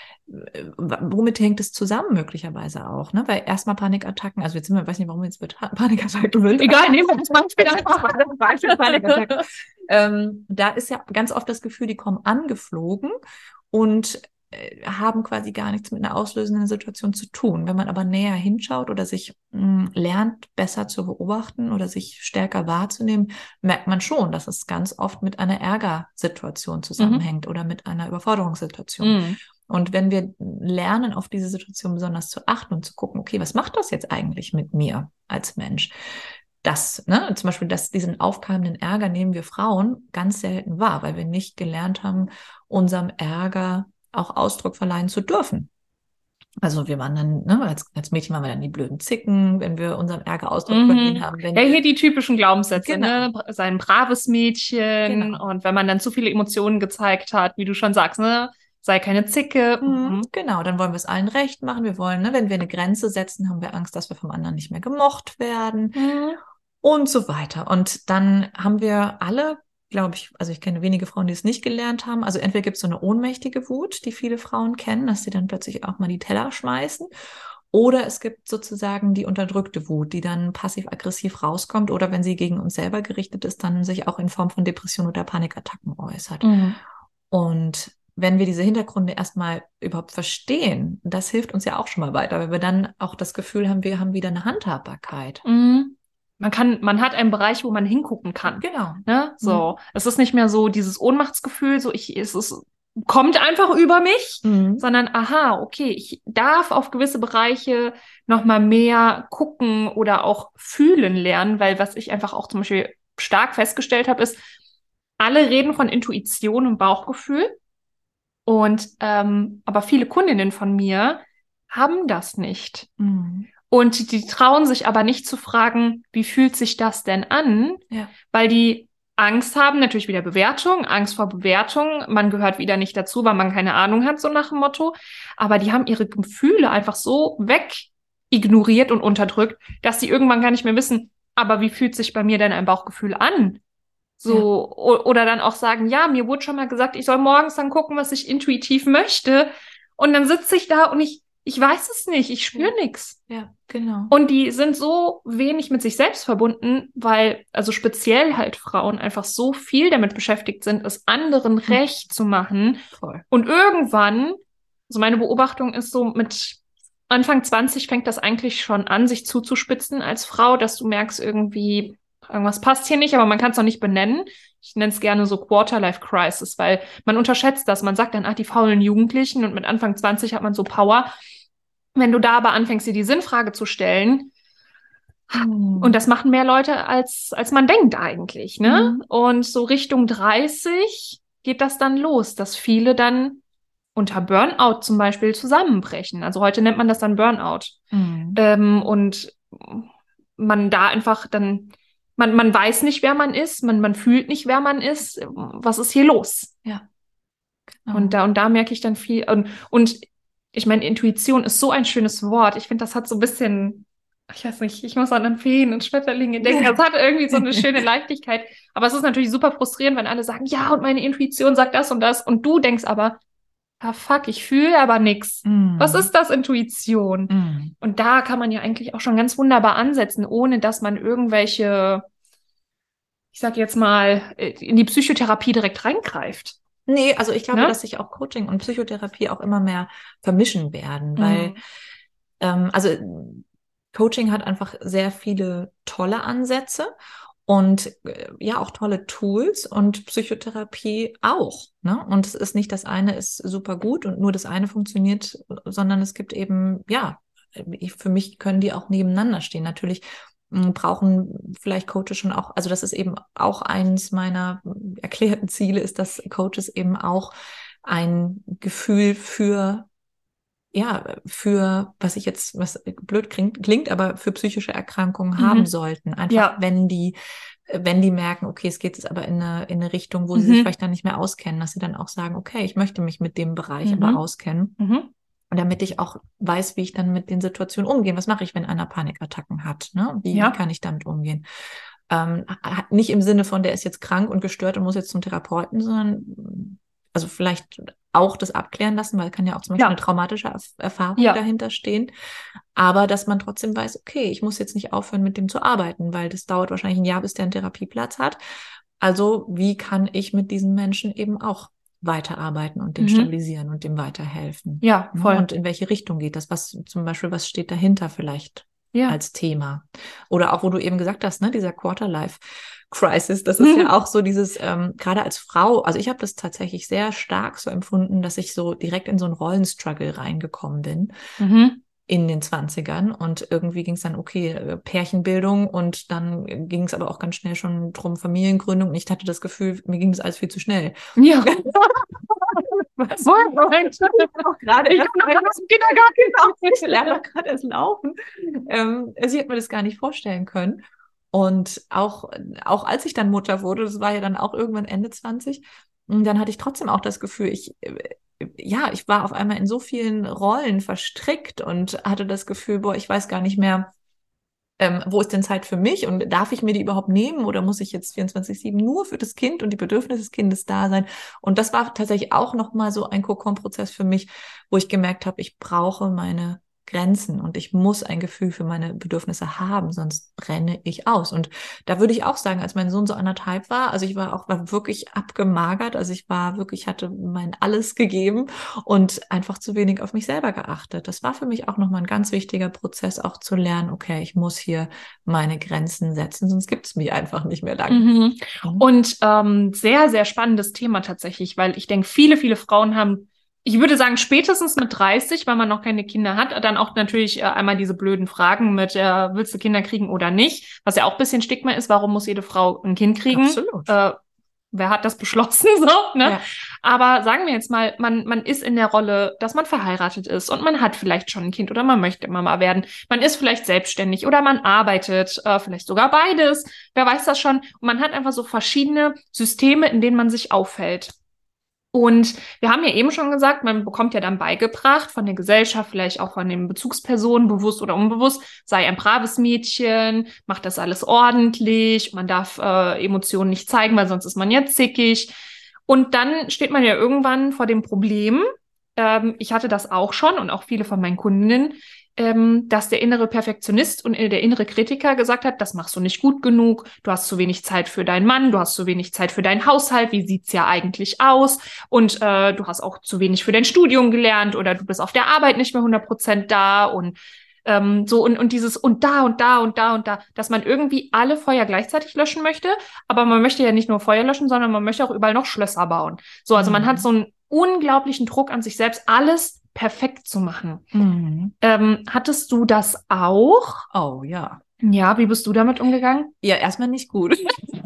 womit hängt es zusammen möglicherweise auch? Ne? Weil erstmal Panikattacken, also jetzt ich weiß nicht, warum wir jetzt mit Panikattacken sind. Egal, nehmen wir das Beispiel einfach mal. Das Beispiel Panikattacken. Da ist ja ganz oft das Gefühl, die kommen angeflogen und haben quasi gar nichts mit einer auslösenden Situation zu tun. Wenn man aber näher hinschaut oder sich lernt, besser zu beobachten oder sich stärker wahrzunehmen, merkt man schon, dass es ganz oft mit einer Ärgersituation zusammenhängt oder mit einer Überforderungssituation. Und wenn wir lernen, auf diese Situation besonders zu achten und zu gucken, okay, was macht das jetzt eigentlich mit mir als Mensch? Zum Beispiel, diesen aufkeimenden Ärger nehmen wir Frauen ganz selten wahr, weil wir nicht gelernt haben, unserem Ärger auch Ausdruck verleihen zu dürfen. Also wir waren dann, als Mädchen waren wir dann die blöden Zicken, wenn wir unserem Ärger Ausdruck verliehen haben. Ja, hier die typischen Glaubenssätze, Genau. ne? Sei ein braves Mädchen. Genau. Und wenn man dann zu viele Emotionen gezeigt hat, wie du schon sagst, ne? Sei keine Zicke. Genau, dann wollen wir es allen recht machen. Wir wollen, wenn wir eine Grenze setzen, haben wir Angst, dass wir vom anderen nicht mehr gemocht werden und so weiter. Und dann haben wir alle, glaube ich, also ich kenne wenige Frauen, die es nicht gelernt haben. Also entweder gibt es so eine ohnmächtige Wut, die viele Frauen kennen, dass sie dann plötzlich auch mal die Teller schmeißen. Oder es gibt sozusagen die unterdrückte Wut, die dann passiv-aggressiv rauskommt oder wenn sie gegen uns selber gerichtet ist, dann sich auch in Form von Depression oder Panikattacken äußert. Und wenn wir diese Hintergründe erstmal überhaupt verstehen, das hilft uns ja auch schon mal weiter, weil wir dann auch das Gefühl haben, wir haben wieder eine Handhabbarkeit. Man hat einen Bereich, wo man hingucken kann. Genau. Ne? So. Es ist nicht mehr so dieses Ohnmachtsgefühl, es kommt einfach über mich, sondern aha, okay, ich darf auf gewisse Bereiche nochmal mehr gucken oder auch fühlen lernen, weil was ich einfach auch zum Beispiel stark festgestellt habe, ist, alle reden von Intuition und Bauchgefühl und aber viele Kundinnen von mir haben das nicht. Und die trauen sich aber nicht zu fragen, wie fühlt sich das denn an? Ja. Weil die Angst haben, natürlich wieder Bewertung, Angst vor Bewertung. Man gehört wieder nicht dazu, weil man keine Ahnung hat, so nach dem Motto. Aber die haben ihre Gefühle einfach so wegignoriert und unterdrückt, dass sie irgendwann gar nicht mehr wissen, aber wie fühlt sich bei mir denn ein Bauchgefühl an? So, oder dann auch sagen, ja, mir wurde schon mal gesagt, ich soll morgens dann gucken, was ich intuitiv möchte. Und dann sitze ich da und ich Ich weiß es nicht, ich spüre nichts. Ja, genau. Und die sind so wenig mit sich selbst verbunden, weil, also speziell halt Frauen einfach so viel damit beschäftigt sind, es anderen recht zu machen. Voll. Und irgendwann, also meine Beobachtung ist so, mit Anfang 20 fängt das eigentlich schon an, sich zuzuspitzen als Frau, dass du merkst irgendwie, irgendwas passt hier nicht, aber man kann es noch nicht benennen. Ich nenne es gerne so Quarter-Life-Crisis, weil man unterschätzt das. Man sagt dann, die faulen Jugendlichen, und mit Anfang 20 hat man so Power. Wenn du da aber anfängst, dir die Sinnfrage zu stellen, und das machen mehr Leute, als man denkt eigentlich, ne? Und so Richtung 30 geht das dann los, dass viele dann unter Burnout zum Beispiel zusammenbrechen. Also heute nennt man das dann Burnout. Und man da einfach dann, man weiß nicht, wer man ist, man fühlt nicht, wer man ist. Was ist hier los? Ja. Genau. Und da merke ich dann viel. Und ich meine, Intuition ist so ein schönes Wort. Ich finde, das hat so ein bisschen, ich weiß nicht, ich muss an Feen und Schmetterlinge denken. Das hat irgendwie so eine schöne Leichtigkeit. Aber es ist natürlich super frustrierend, wenn alle sagen, ja, und meine Intuition sagt das und das. Und du denkst aber, fuck, ich fühle aber nichts. Was ist das, Intuition? Und da kann man ja eigentlich auch schon ganz wunderbar ansetzen, ohne dass man irgendwelche, ich sag jetzt mal, in die Psychotherapie direkt reingreift. Nee, also ich glaube, dass sich auch Coaching und Psychotherapie auch immer mehr vermischen werden, weil also Coaching hat einfach sehr viele tolle Ansätze und ja auch tolle Tools, und Psychotherapie auch, ne? Und es ist nicht, das eine ist super gut und nur das eine funktioniert, sondern es gibt eben, ja, für mich können die auch nebeneinander stehen. Natürlich brauchen vielleicht Coaches schon auch, also das ist eben auch eines meiner erklärten Ziele, ist, dass Coaches eben auch ein Gefühl für, ja, für, was blöd klingt, aber für psychische Erkrankungen haben sollten. Einfach, wenn die merken, okay, es geht jetzt aber in eine Richtung, wo sie sich vielleicht dann nicht mehr auskennen, dass sie dann auch sagen, okay, ich möchte mich mit dem Bereich aber auskennen. Und damit ich auch weiß, wie ich dann mit den Situationen umgehe. Was mache ich, wenn einer Panikattacken hat? Ne? Wie kann ich damit umgehen? Nicht im Sinne von, der ist jetzt krank und gestört und muss jetzt zum Therapeuten, sondern also vielleicht auch das abklären lassen, weil kann ja auch zum Beispiel eine traumatische Erfahrung dahinter stehen. Aber dass man trotzdem weiß, okay, ich muss jetzt nicht aufhören, mit dem zu arbeiten, weil das dauert wahrscheinlich ein Jahr, bis der einen Therapieplatz hat. Also wie kann ich mit diesen Menschen eben auch weiterarbeiten und den stabilisieren und dem weiterhelfen? Ja, voll. Und in welche Richtung geht das? Was steht dahinter vielleicht als Thema? Oder auch, wo du eben gesagt hast, ne, dieser Quarter-Life-Crisis, das ist ja auch so dieses, gerade als Frau, also ich habe das tatsächlich sehr stark so empfunden, dass ich so direkt in so einen Rollenstruggle reingekommen bin. In den 20ern, und irgendwie ging es dann, okay, Pärchenbildung, und dann ging es aber auch ganz schnell schon drum Familiengründung, und ich hatte das Gefühl, mir ging das alles viel zu schnell. Ja. Was? Moment. Gerade ich komme noch aus dem Kindergarten. Ich lerne doch gerade erst laufen. Sie hat mir das gar nicht vorstellen können. Und auch als ich dann Mutter wurde, das war ja dann auch irgendwann Ende 20, dann hatte ich trotzdem auch das Gefühl, ich war auf einmal in so vielen Rollen verstrickt und hatte das Gefühl, boah, ich weiß gar nicht mehr, wo ist denn Zeit für mich, und darf ich mir die überhaupt nehmen, oder muss ich jetzt 24/7 nur für das Kind und die Bedürfnisse des Kindes da sein? Und das war tatsächlich auch nochmal so ein Kokon-Prozess für mich, wo ich gemerkt habe, ich brauche meine Grenzen und ich muss ein Gefühl für meine Bedürfnisse haben, sonst brenne ich aus. Und da würde ich auch sagen, als mein Sohn so 1,5 war, also ich war wirklich abgemagert, also hatte mein Alles gegeben und einfach zu wenig auf mich selber geachtet. Das war für mich auch nochmal ein ganz wichtiger Prozess, auch zu lernen, okay, ich muss hier meine Grenzen setzen, sonst gibt es mich einfach nicht mehr lange. Und sehr, sehr spannendes Thema tatsächlich, weil ich denke, viele, viele Frauen haben, ich würde sagen, spätestens mit 30, weil man noch keine Kinder hat, dann auch natürlich einmal diese blöden Fragen mit, willst du Kinder kriegen oder nicht? Was ja auch ein bisschen Stigma ist, warum muss jede Frau ein Kind kriegen? Absolut. Wer hat das beschlossen? So, ne? Ja. Aber sagen wir jetzt mal, man ist in der Rolle, dass man verheiratet ist und man hat vielleicht schon ein Kind oder man möchte Mama werden. Man ist vielleicht selbstständig oder man arbeitet, vielleicht sogar beides. Wer weiß das schon? Und man hat einfach so verschiedene Systeme, in denen man sich aufhält. Und wir haben ja eben schon gesagt, man bekommt ja dann beigebracht von der Gesellschaft, vielleicht auch von den Bezugspersonen, bewusst oder unbewusst, sei ein braves Mädchen, macht das alles ordentlich, man darf Emotionen nicht zeigen, weil sonst ist man ja zickig. Und dann steht man ja irgendwann vor dem Problem, ich hatte das auch schon und auch viele von meinen Kundinnen, dass der innere Perfektionist und der innere Kritiker gesagt hat, das machst du nicht gut genug, du hast zu wenig Zeit für deinen Mann, du hast zu wenig Zeit für deinen Haushalt, wie sieht's ja eigentlich aus? Und du hast auch zu wenig für dein Studium gelernt oder du bist auf der Arbeit nicht mehr 100% da und so und dieses und da und da und da und da, dass man irgendwie alle Feuer gleichzeitig löschen möchte, aber man möchte ja nicht nur Feuer löschen, sondern man möchte auch überall noch Schlösser bauen. So, also man hat so einen unglaublichen Druck an sich selbst, alles perfekt zu machen. Hattest du das auch? Oh ja. Ja, wie bist du damit umgegangen? Ja, erstmal nicht gut.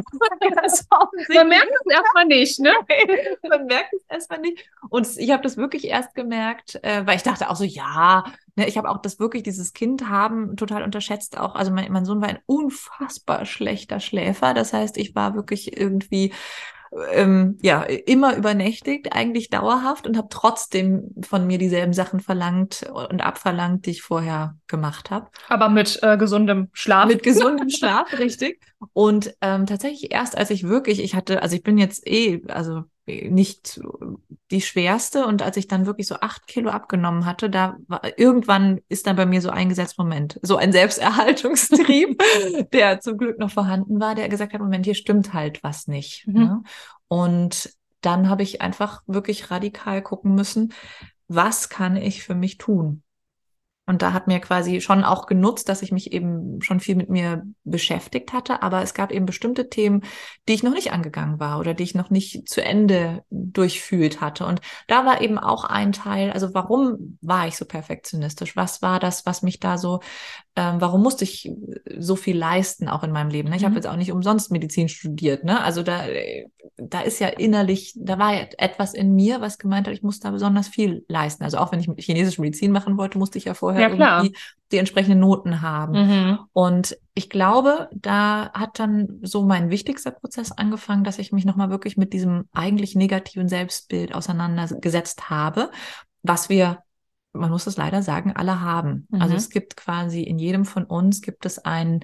Man merkt es erstmal nicht, ne? Man merkt es erstmal nicht. Und ich habe das wirklich erst gemerkt, weil ich dachte auch so, ja, ne, ich habe auch das wirklich, dieses Kind haben total unterschätzt auch. Also mein Sohn war ein unfassbar schlechter Schläfer. Das heißt, ich war wirklich irgendwie ja, immer übernächtigt, eigentlich dauerhaft und habe trotzdem von mir dieselben Sachen verlangt und abverlangt, die ich vorher gemacht habe. Aber mit gesundem Schlaf. Mit gesundem Schlaf, richtig. Und tatsächlich erst, als ich wirklich, also ich bin jetzt also nicht die schwerste und als ich dann wirklich so 8 Kilo abgenommen hatte, irgendwann ist dann bei mir so eingesetzt, Moment, so ein Selbsterhaltungstrieb, der zum Glück noch vorhanden war, der gesagt hat, Moment, hier stimmt halt was nicht. Ne? Und dann habe ich einfach wirklich radikal gucken müssen, was kann ich für mich tun? Und da hat mir quasi schon auch genutzt, dass ich mich eben schon viel mit mir beschäftigt hatte. Aber es gab eben bestimmte Themen, die ich noch nicht angegangen war oder die ich noch nicht zu Ende durchfühlt hatte. Und da war eben auch ein Teil, also warum war ich so perfektionistisch? Was war das, was mich da so, warum musste ich so viel leisten, auch in meinem Leben? Ne? Ich habe jetzt auch nicht umsonst Medizin studiert. Ne? Also da ist ja innerlich, da war ja etwas in mir, was gemeint hat, ich muss da besonders viel leisten. Also auch wenn ich chinesische Medizin machen wollte, musste ich ja vorher irgendwie die entsprechenden Noten haben. Und ich glaube, da hat dann so mein wichtigster Prozess angefangen, dass ich mich nochmal wirklich mit diesem eigentlich negativen Selbstbild auseinandergesetzt habe, was wir, man muss es leider sagen, alle haben. Also es gibt quasi in jedem von uns gibt es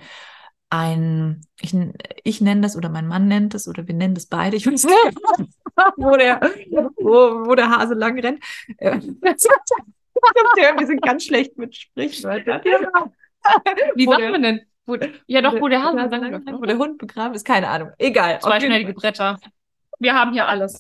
ich nenne das oder mein Mann nennt es oder wir nennen das beide, ich weiß nicht, wo der Hase lang rennt. Wir sind ganz schlecht mit Sprichwörtern. Wie sagt man denn? Wo der Hase lang rennt, wo der Hund begraben ist, keine Ahnung. Egal. Zweischneidige Bretter. Wir haben hier alles.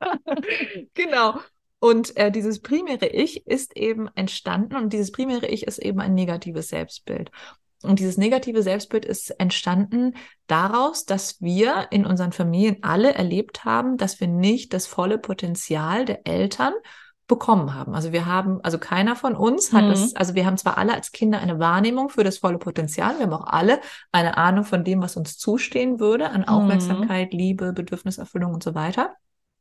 Genau. Und dieses primäre Ich ist eben entstanden und dieses primäre Ich ist eben ein negatives Selbstbild. Und dieses negative Selbstbild ist entstanden daraus, dass wir in unseren Familien alle erlebt haben, dass wir nicht das volle Potenzial der Eltern bekommen haben. Also keiner von uns hat es, also wir haben zwar alle als Kinder eine Wahrnehmung für das volle Potenzial, wir haben auch alle eine Ahnung von dem, was uns zustehen würde, an Aufmerksamkeit, Liebe, Bedürfniserfüllung und so weiter.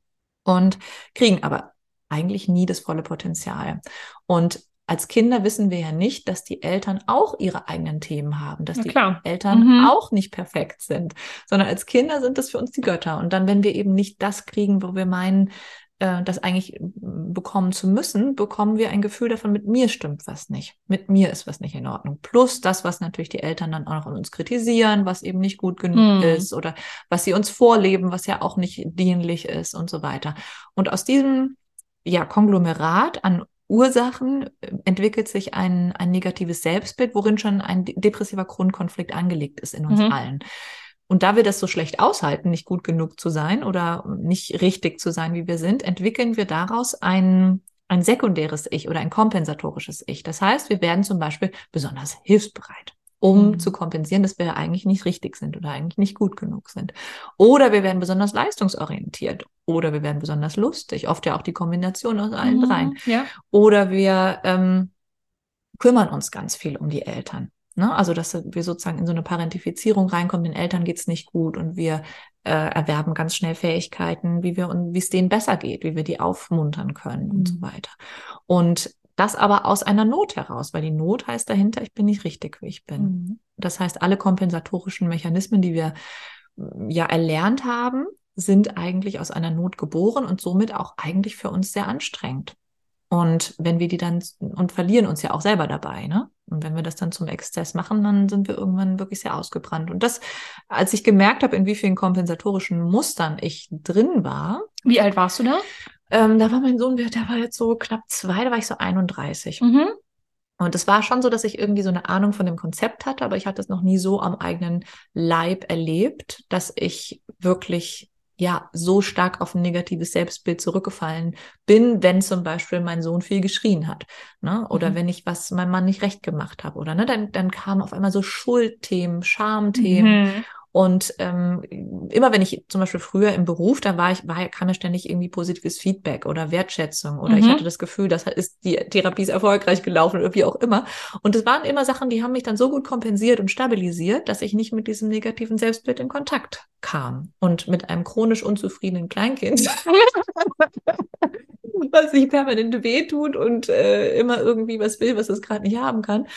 Und kriegen aber eigentlich nie das volle Potenzial. Und als Kinder wissen wir ja nicht, dass die Eltern auch ihre eigenen Themen haben, dass die Eltern auch nicht perfekt sind, sondern als Kinder sind das für uns die Götter. Und dann, wenn wir eben nicht das kriegen, wo wir meinen, das eigentlich bekommen zu müssen, bekommen wir ein Gefühl davon, mit mir stimmt was nicht. Mit mir ist was nicht in Ordnung. Plus das, was natürlich die Eltern dann auch noch an uns kritisieren, was eben nicht gut genug ist oder was sie uns vorleben, was ja auch nicht dienlich ist und so weiter. Und aus diesem Konglomerat an Ursachen entwickelt sich ein negatives Selbstbild, worin schon ein depressiver Grundkonflikt angelegt ist in uns allen. Und da wir das so schlecht aushalten, nicht gut genug zu sein oder nicht richtig zu sein, wie wir sind, entwickeln wir daraus ein sekundäres Ich oder ein kompensatorisches Ich. Das heißt, wir werden zum Beispiel besonders hilfsbereit, um zu kompensieren, dass wir eigentlich nicht richtig sind oder eigentlich nicht gut genug sind. Oder wir werden besonders leistungsorientiert. Oder wir werden besonders lustig. Oft ja auch die Kombination aus allen dreien. Ja. Oder wir kümmern uns ganz viel um die Eltern. Ne? Also, dass wir sozusagen in so eine Parentifizierung reinkommen, den Eltern geht's nicht gut und wir erwerben ganz schnell Fähigkeiten, wie es denen besser geht, wie wir die aufmuntern können und so weiter. Und das aber aus einer Not heraus, weil die Not heißt dahinter, ich bin nicht richtig, wie ich bin. Das heißt, alle kompensatorischen Mechanismen, die wir erlernt haben, sind eigentlich aus einer Not geboren und somit auch eigentlich für uns sehr anstrengend. Und wenn wir die dann und verlieren uns ja auch selber dabei, ne? Und wenn wir das dann zum Exzess machen, dann sind wir irgendwann wirklich sehr ausgebrannt. Und das, als ich gemerkt habe, in wie vielen kompensatorischen Mustern ich drin war. Wie alt warst du da? Da war mein Sohn, der war jetzt so knapp 2, da war ich so 31. Mhm. Und es war schon so, dass ich irgendwie so eine Ahnung von dem Konzept hatte, aber ich hatte es noch nie so am eigenen Leib erlebt, dass ich wirklich ja so stark auf ein negatives Selbstbild zurückgefallen bin, wenn zum Beispiel mein Sohn viel geschrien hat, ne? Oder wenn ich was meinem Mann nicht recht gemacht habe, oder ne, dann kamen auf einmal so Schuldthemen, Schamthemen. Mhm. Und immer wenn ich zum Beispiel früher im Beruf, kam ja ständig irgendwie positives Feedback oder Wertschätzung oder ich hatte Mhm. das Gefühl, die Therapie ist erfolgreich gelaufen oder wie auch immer. Und es waren immer Sachen, die haben mich dann so gut kompensiert und stabilisiert, dass ich nicht mit diesem negativen Selbstbild in Kontakt kam. Und mit einem chronisch unzufriedenen Kleinkind, was sich permanent wehtut und immer irgendwie was will, was es gerade nicht haben kann,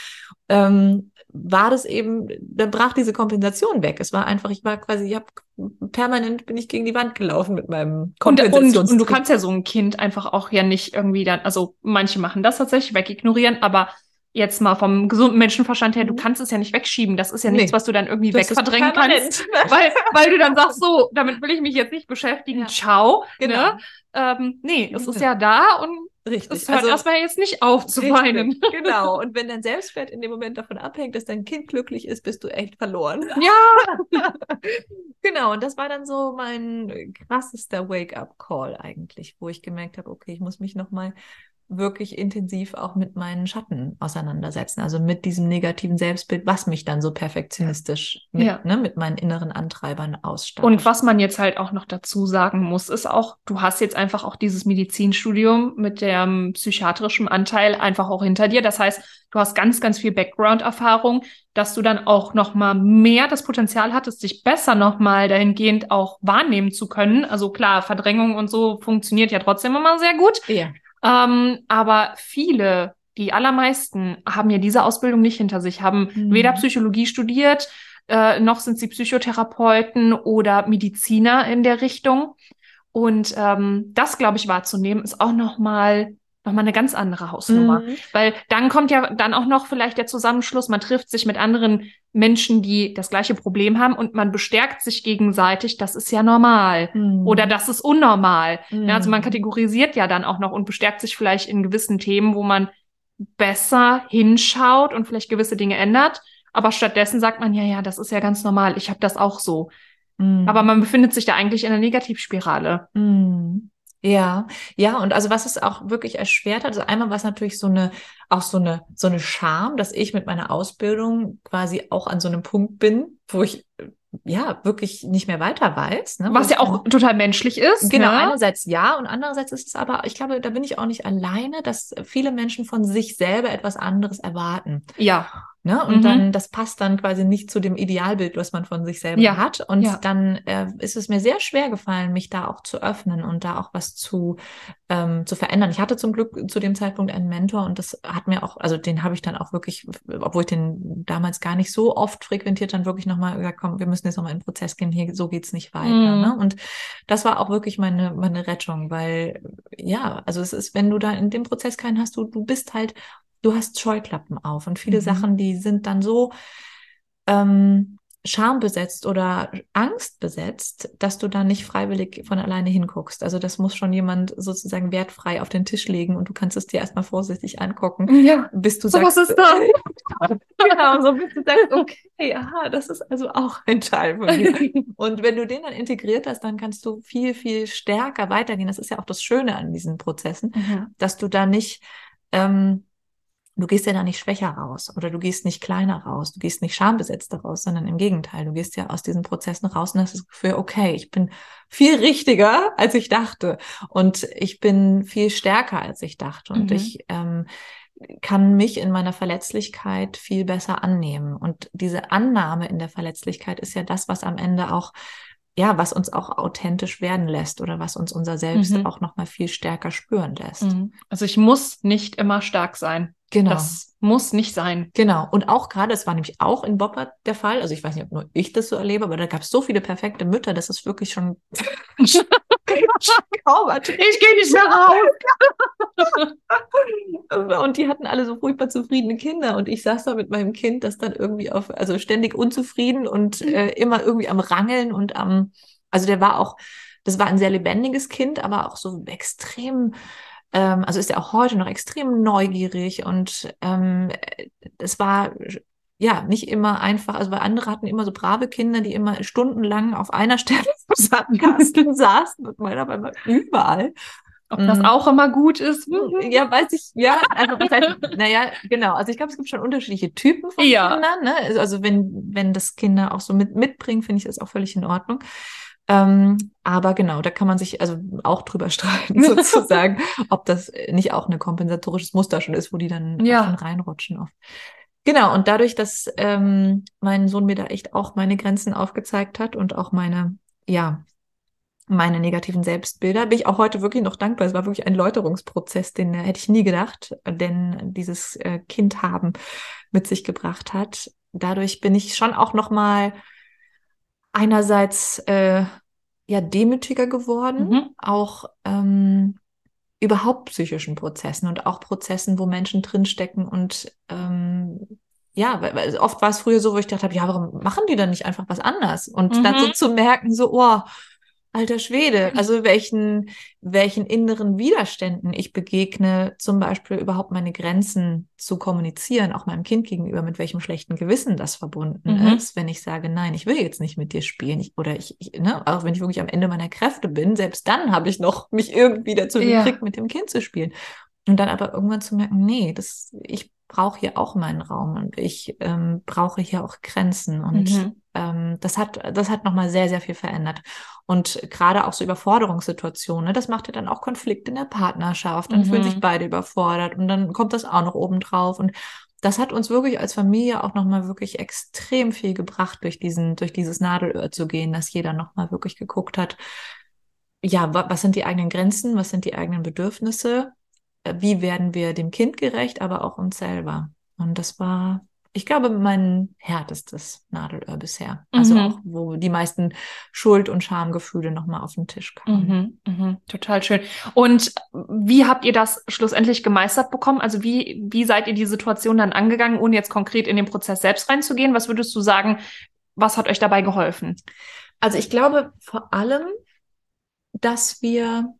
war das eben, dann brach diese Kompensation weg. Es war einfach, permanent bin ich gegen die Wand gelaufen mit meinem Und du Kompensationstrieb. kannst ja so ein Kind einfach auch ja nicht irgendwie dann, also manche machen das tatsächlich, wegignorieren, aber jetzt mal vom gesunden Menschenverstand her, du kannst es ja nicht wegschieben. Das ist ja nichts, Nee, was du dann irgendwie das ist wegverdrängen permanent. kannst, weil du dann sagst, so, damit will ich mich jetzt nicht beschäftigen, Ja, ciao, genau. ne? Nee, es ist Genau. ja da und es Richtig. hört Also erstmal jetzt nicht auf zu weinen. richtig, genau. Und wenn dein Selbstwert in dem Moment davon abhängt, dass dein Kind glücklich ist, bist du echt verloren. Ja, Genau, und das war dann so mein krassester Wake-up-Call eigentlich, wo ich gemerkt habe, okay, ich muss mich nochmal wirklich intensiv auch mit meinen Schatten auseinandersetzen, also mit diesem negativen Selbstbild, was mich dann so perfektionistisch ja. mit meinen inneren Antreibern Und ausstattet. was man jetzt halt auch noch dazu sagen muss, ist auch, du hast jetzt einfach auch dieses Medizinstudium mit dem psychiatrischen Anteil einfach auch hinter dir. Das heißt, du hast ganz, ganz viel Background-Erfahrung, dass du dann auch noch mal mehr das Potenzial hattest, dich besser noch mal dahingehend auch wahrnehmen zu können. Also klar, Verdrängung und so funktioniert ja trotzdem immer sehr gut. Ja. Aber viele, die allermeisten, haben ja diese Ausbildung nicht hinter sich, haben weder Psychologie studiert, noch sind sie Psychotherapeuten oder Mediziner in der Richtung. Und das, glaube ich, wahrzunehmen, ist auch noch mal eine ganz andere Hausnummer. Mhm. Weil dann kommt ja dann auch noch vielleicht der Zusammenschluss, man trifft sich mit anderen Menschen, die das gleiche Problem haben und man bestärkt sich gegenseitig, das ist ja normal oder das ist unnormal. Ja, also man kategorisiert ja dann auch noch und bestärkt sich vielleicht in gewissen Themen, wo man besser hinschaut und vielleicht gewisse Dinge ändert. Aber stattdessen sagt man, ja, ja, das ist ja ganz normal, ich habe das auch so. Aber man befindet sich da eigentlich in einer Negativspirale. Ja, ja, und also was es auch wirklich erschwert hat, also einmal war es natürlich so eine Scham, dass ich mit meiner Ausbildung quasi auch an so einem Punkt bin, wo ich ja wirklich nicht mehr weiter weiß. Ne, Was ja auch total menschlich ist. genau, Ne? einerseits ja und andererseits ist es aber, ich glaube, da bin ich auch nicht alleine, dass viele Menschen von sich selber etwas anderes erwarten. Ja. Ne? Und dann, das passt dann quasi nicht zu dem Idealbild, was man von sich selber hat. Und dann ist es mir sehr schwer gefallen, mich da auch zu öffnen und da auch was zu verändern. Ich hatte zum Glück zu dem Zeitpunkt einen Mentor und das hat mir auch, also den habe ich dann auch wirklich, obwohl ich den damals gar nicht so oft frequentiert, dann wirklich nochmal gesagt, komm, wir müssen jetzt nochmal in den Prozess gehen, hier, so geht's nicht weiter. Ne? Und das war auch wirklich meine Rettung, weil ja, also es ist, wenn du da in dem Prozess keinen hast, du bist halt, du hast Scheuklappen auf und viele Sachen, die sind dann so schambesetzt oder angstbesetzt, dass du da nicht freiwillig von alleine hinguckst. Also das muss schon jemand sozusagen wertfrei auf den Tisch legen und du kannst es dir erstmal vorsichtig angucken, Ja. bis du So, sagst, was ist das? genau, so bis du sagst, okay, aha, das ist also auch ein Teil von mir. Und wenn du den dann integriert hast, dann kannst du viel, viel stärker weitergehen. Das ist ja auch das Schöne an diesen Prozessen, dass du da nicht du gehst ja da nicht schwächer raus oder du gehst nicht kleiner raus, du gehst nicht schambesetzter raus, sondern im Gegenteil, du gehst ja aus diesen Prozessen raus und hast das Gefühl, okay, ich bin viel richtiger, als ich dachte und ich bin viel stärker, als ich dachte und ich kann mich in meiner Verletzlichkeit viel besser annehmen und diese Annahme in der Verletzlichkeit ist ja das, was am Ende auch ja, was uns auch authentisch werden lässt oder was uns unser Selbst auch noch mal viel stärker spüren lässt. Also ich muss nicht immer stark sein. Genau. Das muss nicht sein. Genau. Und auch gerade, das war nämlich auch in Boppard der Fall. Also ich weiß nicht, ob nur ich das so erlebe, aber da gab es so viele perfekte Mütter, das ist wirklich schon kaum. Ich gehe nicht mehr raus. Und die hatten alle so furchtbar zufriedene Kinder. Und ich saß da mit meinem Kind, das dann irgendwie also ständig unzufrieden und immer irgendwie am Rangeln und also der war auch das war ein sehr lebendiges Kind, aber auch so extrem, also ist er auch heute noch extrem neugierig und es war ja nicht immer einfach, also weil andere hatten immer so brave Kinder, die immer stundenlang auf einer Stelle im Sandkasten saßen und meiner war immer überall. Ob das auch immer gut ist? Ja, weiß ich, ja, also das heißt, naja, genau, also ich glaube, es gibt schon unterschiedliche Typen von Kindern, ne? Also wenn das Kinder auch so mitbringen, finde ich das auch völlig in Ordnung. Aber genau, da kann man sich also auch drüber streiten, sozusagen, ob das nicht auch ein kompensatorisches Muster schon ist, wo die dann auch schon reinrutschen oft. Genau, und dadurch, dass mein Sohn mir da echt auch meine Grenzen aufgezeigt hat und auch meine negativen Selbstbilder, bin ich auch heute wirklich noch dankbar. Es war wirklich ein Läuterungsprozess, den hätte ich nie gedacht, denn dieses Kind haben mit sich gebracht hat. Dadurch bin ich schon auch noch mal einerseits demütiger geworden, auch überhaupt psychischen Prozessen und auch Prozessen, wo Menschen drinstecken und weil oft war es früher so, wo ich gedacht habe, ja, warum machen die dann nicht einfach was anders? Und dann so zu merken, so, oh, alter Schwede, also welchen inneren Widerständen ich begegne, zum Beispiel überhaupt meine Grenzen zu kommunizieren, auch meinem Kind gegenüber, mit welchem schlechten Gewissen das verbunden ist, wenn ich sage, nein, ich will jetzt nicht mit dir spielen, auch wenn ich wirklich am Ende meiner Kräfte bin, selbst dann habe ich noch mich irgendwie dazu gekriegt, mit dem Kind zu spielen. Und dann aber irgendwann zu merken, nee, ich brauche hier auch meinen Raum und ich brauche hier auch Grenzen und das hat nochmal sehr, sehr viel verändert. Und gerade auch so Überforderungssituationen, ne, das macht ja dann auch Konflikt in der Partnerschaft. Dann fühlen sich beide überfordert und dann kommt das auch noch oben drauf. Und das hat uns wirklich als Familie auch nochmal wirklich extrem viel gebracht, durch dieses Nadelöhr zu gehen, dass jeder nochmal wirklich geguckt hat, ja, was sind die eigenen Grenzen, was sind die eigenen Bedürfnisse, wie werden wir dem Kind gerecht, aber auch uns selber. Und das war, ich glaube, mein härtestes Nadelöhr bisher. Also auch, wo die meisten Schuld- und Schamgefühle nochmal auf den Tisch kamen. Total schön. Und wie habt ihr das schlussendlich gemeistert bekommen? Also wie seid ihr die Situation dann angegangen, ohne jetzt konkret in den Prozess selbst reinzugehen? Was würdest du sagen, was hat euch dabei geholfen? Also ich glaube vor allem, dass wir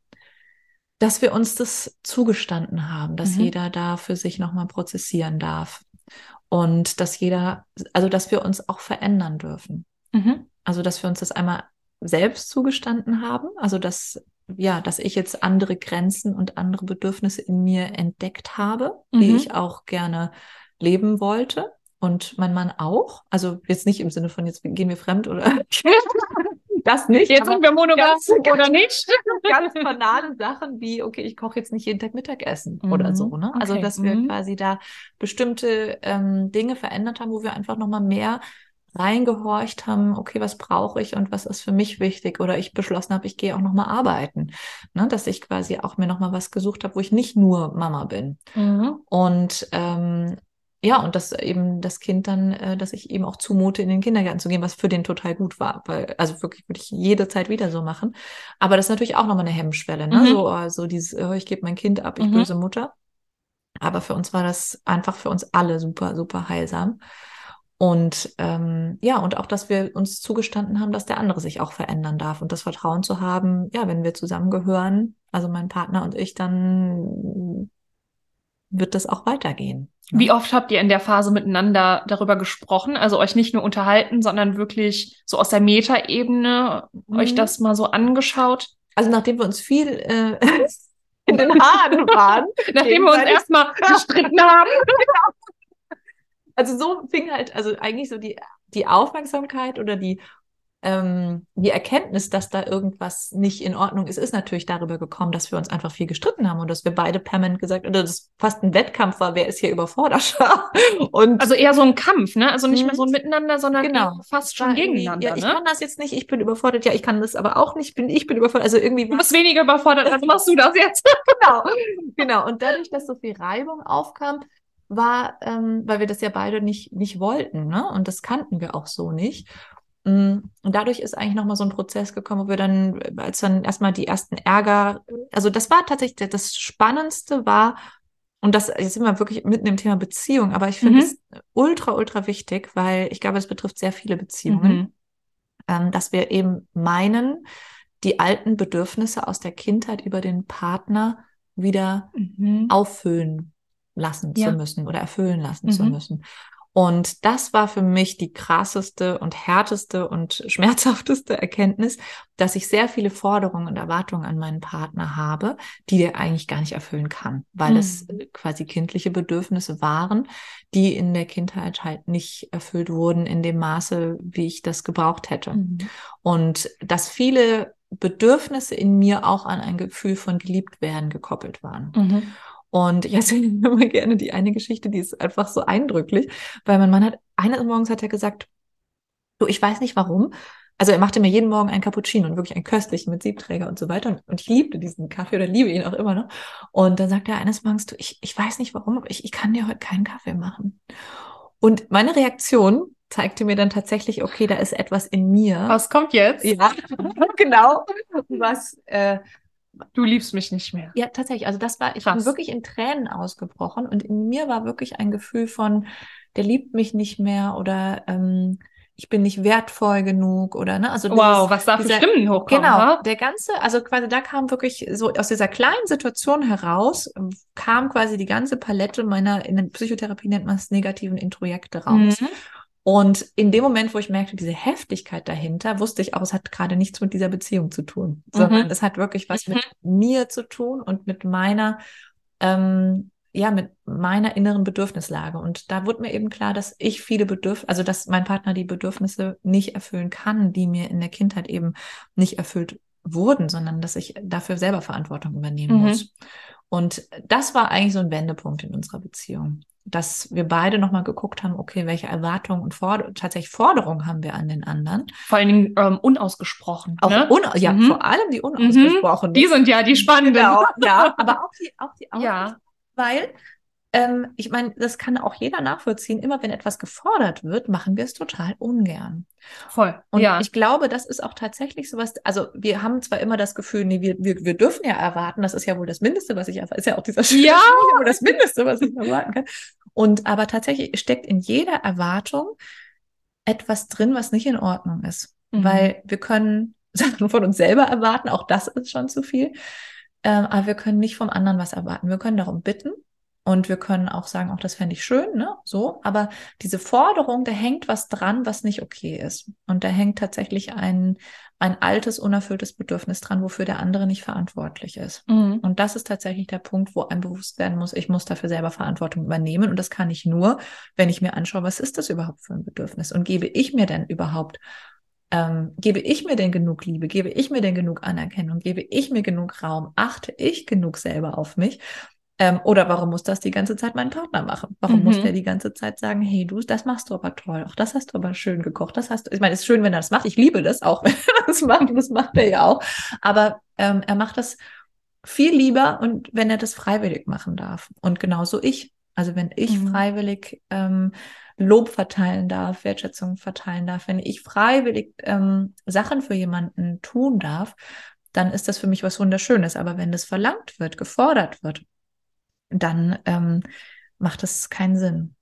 uns das zugestanden haben, dass jeder da für sich nochmal prozessieren darf. Und dass wir uns auch verändern dürfen. Also, dass wir uns das einmal selbst zugestanden haben. Also, dass ich jetzt andere Grenzen und andere Bedürfnisse in mir entdeckt habe, die ich auch gerne leben wollte. Und mein Mann auch. Also, jetzt nicht im Sinne von, jetzt gehen wir fremd oder das nicht. Jetzt sind wir monogam oder nicht? Ganz banale Sachen wie, okay, ich koche jetzt nicht jeden Tag Mittagessen oder so. Ne? Also, dass wir quasi da bestimmte Dinge verändert haben, wo wir einfach nochmal mehr reingehorcht haben, okay, was brauche ich und was ist für mich wichtig? Oder ich beschlossen habe, ich gehe auch nochmal arbeiten. Ne? Dass ich quasi auch mir nochmal was gesucht habe, wo ich nicht nur Mama bin. Und und dass eben das Kind dann, dass ich eben auch zumute, in den Kindergarten zu gehen, was für den total gut war. Weil, also wirklich würde ich jederzeit wieder so machen. Aber das ist natürlich auch nochmal eine Hemmschwelle. Ne? So dieses, ich gebe mein Kind ab, ich böse Mutter. Aber für uns war das einfach für uns alle super, super heilsam. Und und auch, dass wir uns zugestanden haben, dass der andere sich auch verändern darf und das Vertrauen zu haben, ja, wenn wir zusammengehören, also mein Partner und ich, dann wird das auch weitergehen. Ne? Wie oft habt ihr in der Phase miteinander darüber gesprochen? Also euch nicht nur unterhalten, sondern wirklich so aus der Metaebene euch das mal so angeschaut? Also nachdem wir uns viel in den Haaren waren. Nachdem wir uns erstmal gestritten haben. Also so fing halt, also eigentlich so die Aufmerksamkeit oder die Erkenntnis, dass da irgendwas nicht in Ordnung ist natürlich darüber gekommen, dass wir uns einfach viel gestritten haben und dass wir beide permanent gesagt, oder das fast ein Wettkampf war, wer ist hier überforderter. Und also eher so ein Kampf, ne? Also nicht mehr so ein Miteinander, sondern fast schon gegeneinander. Ja, ich kann das jetzt nicht, ich bin überfordert, ja, ich kann das aber auch nicht, ich bin überfordert. Also irgendwie. Du bist weniger überfordert, also machst du das jetzt. Genau. Und dadurch, dass so viel Reibung aufkam, war, weil wir das ja beide nicht wollten, ne? Und das kannten wir auch so nicht. Und dadurch ist eigentlich nochmal so ein Prozess gekommen, wo wir dann, als dann erstmal die ersten Ärger, also das war tatsächlich das Spannendste war, und das, jetzt sind wir wirklich mitten im Thema Beziehung, aber ich finde es ultra, ultra wichtig, weil ich glaube, es betrifft sehr viele Beziehungen, dass wir eben meinen, die alten Bedürfnisse aus der Kindheit über den Partner wieder auffüllen lassen zu müssen oder erfüllen lassen zu müssen. Und das war für mich die krasseste und härteste und schmerzhafteste Erkenntnis, dass ich sehr viele Forderungen und Erwartungen an meinen Partner habe, die der eigentlich gar nicht erfüllen kann, weil es quasi kindliche Bedürfnisse waren, die in der Kindheit halt nicht erfüllt wurden in dem Maße, wie ich das gebraucht hätte. Und dass viele Bedürfnisse in mir auch an ein Gefühl von geliebt werden gekoppelt waren. Und ich erzähle immer gerne die eine Geschichte, die ist einfach so eindrücklich, weil mein Mann eines Morgens hat er gesagt, du, ich weiß nicht warum, also er machte mir jeden Morgen einen Cappuccino und wirklich einen köstlichen mit Siebträger und so weiter und ich liebte diesen Kaffee oder liebe ihn auch immer noch. Und dann sagte er eines Morgens, du, ich weiß nicht warum, aber ich kann dir heute keinen Kaffee machen. Und meine Reaktion zeigte mir dann tatsächlich, okay, da ist etwas in mir. Was kommt jetzt? Ja, genau. Was du liebst mich nicht mehr. Ja, tatsächlich. Also das war, ich bin wirklich in Tränen ausgebrochen und in mir war wirklich ein Gefühl von, der liebt mich nicht mehr oder ich bin nicht wertvoll genug oder ne, also was da für Stimmen hochkommen. Genau, der ganze, also quasi da kam wirklich so aus dieser kleinen Situation heraus, kam quasi die ganze Palette meiner, in der Psychotherapie nennt man es negativen Introjekte raus. Und in dem Moment, wo ich merkte, diese Heftigkeit dahinter, wusste ich auch, es hat gerade nichts mit dieser Beziehung zu tun, sondern es hat wirklich was mit mir zu tun und mit meiner, mit meiner inneren Bedürfnislage. Und da wurde mir eben klar, dass ich viele also dass mein Partner die Bedürfnisse nicht erfüllen kann, die mir in der Kindheit eben nicht erfüllt wurden, sondern dass ich dafür selber Verantwortung übernehmen muss. Und das war eigentlich so ein Wendepunkt in unserer Beziehung, dass wir beide nochmal geguckt haben, okay, welche Erwartungen und tatsächlich Forderungen haben wir an den anderen. Vor allen Dingen unausgesprochen. Auch ne? Vor allem die unausgesprochenen. Die sind ja die spannenden. Genau, ja, aber auch die ja. Weil ich meine, das kann auch jeder nachvollziehen. Immer wenn etwas gefordert wird, machen wir es total ungern. Voll. Und ich glaube, das ist auch tatsächlich sowas, also wir haben zwar immer das Gefühl, nee, wir dürfen ja erwarten, das ist ja wohl das Mindeste, was ich erwarte, ist ja auch dieser Schule wohl das Mindeste, was ich erwarten kann. Und aber tatsächlich steckt in jeder Erwartung etwas drin, was nicht in Ordnung ist. Weil wir können Sachen von uns selber erwarten, auch das ist schon zu viel. Aber wir können nicht vom anderen was erwarten. Wir können darum bitten. Und wir können auch sagen, auch das fände ich schön, ne? So. Aber diese Forderung, da hängt was dran, was nicht okay ist. Und da hängt tatsächlich ein altes, unerfülltes Bedürfnis dran, wofür der andere nicht verantwortlich ist. Und das ist tatsächlich der Punkt, wo einem bewusst werden muss, ich muss dafür selber Verantwortung übernehmen. Und das kann ich nur, wenn ich mir anschaue, was ist das überhaupt für ein Bedürfnis? Und gebe ich mir denn überhaupt gebe ich mir denn genug Liebe? Gebe ich mir denn genug Anerkennung? Gebe ich mir genug Raum? Achte ich genug selber auf mich? Oder warum muss das die ganze Zeit mein Partner machen? Warum muss der die ganze Zeit sagen, hey, du, das machst du aber toll, auch das hast du aber schön gekocht, ich meine, es ist schön, wenn er das macht, ich liebe das auch, wenn er das macht, und das macht er ja auch, aber er macht das viel lieber und wenn er das freiwillig machen darf und genauso ich, also wenn ich freiwillig Lob verteilen darf, Wertschätzung verteilen darf, wenn ich freiwillig Sachen für jemanden tun darf, dann ist das für mich was Wunderschönes, aber wenn das verlangt wird, gefordert wird, dann macht das keinen Sinn.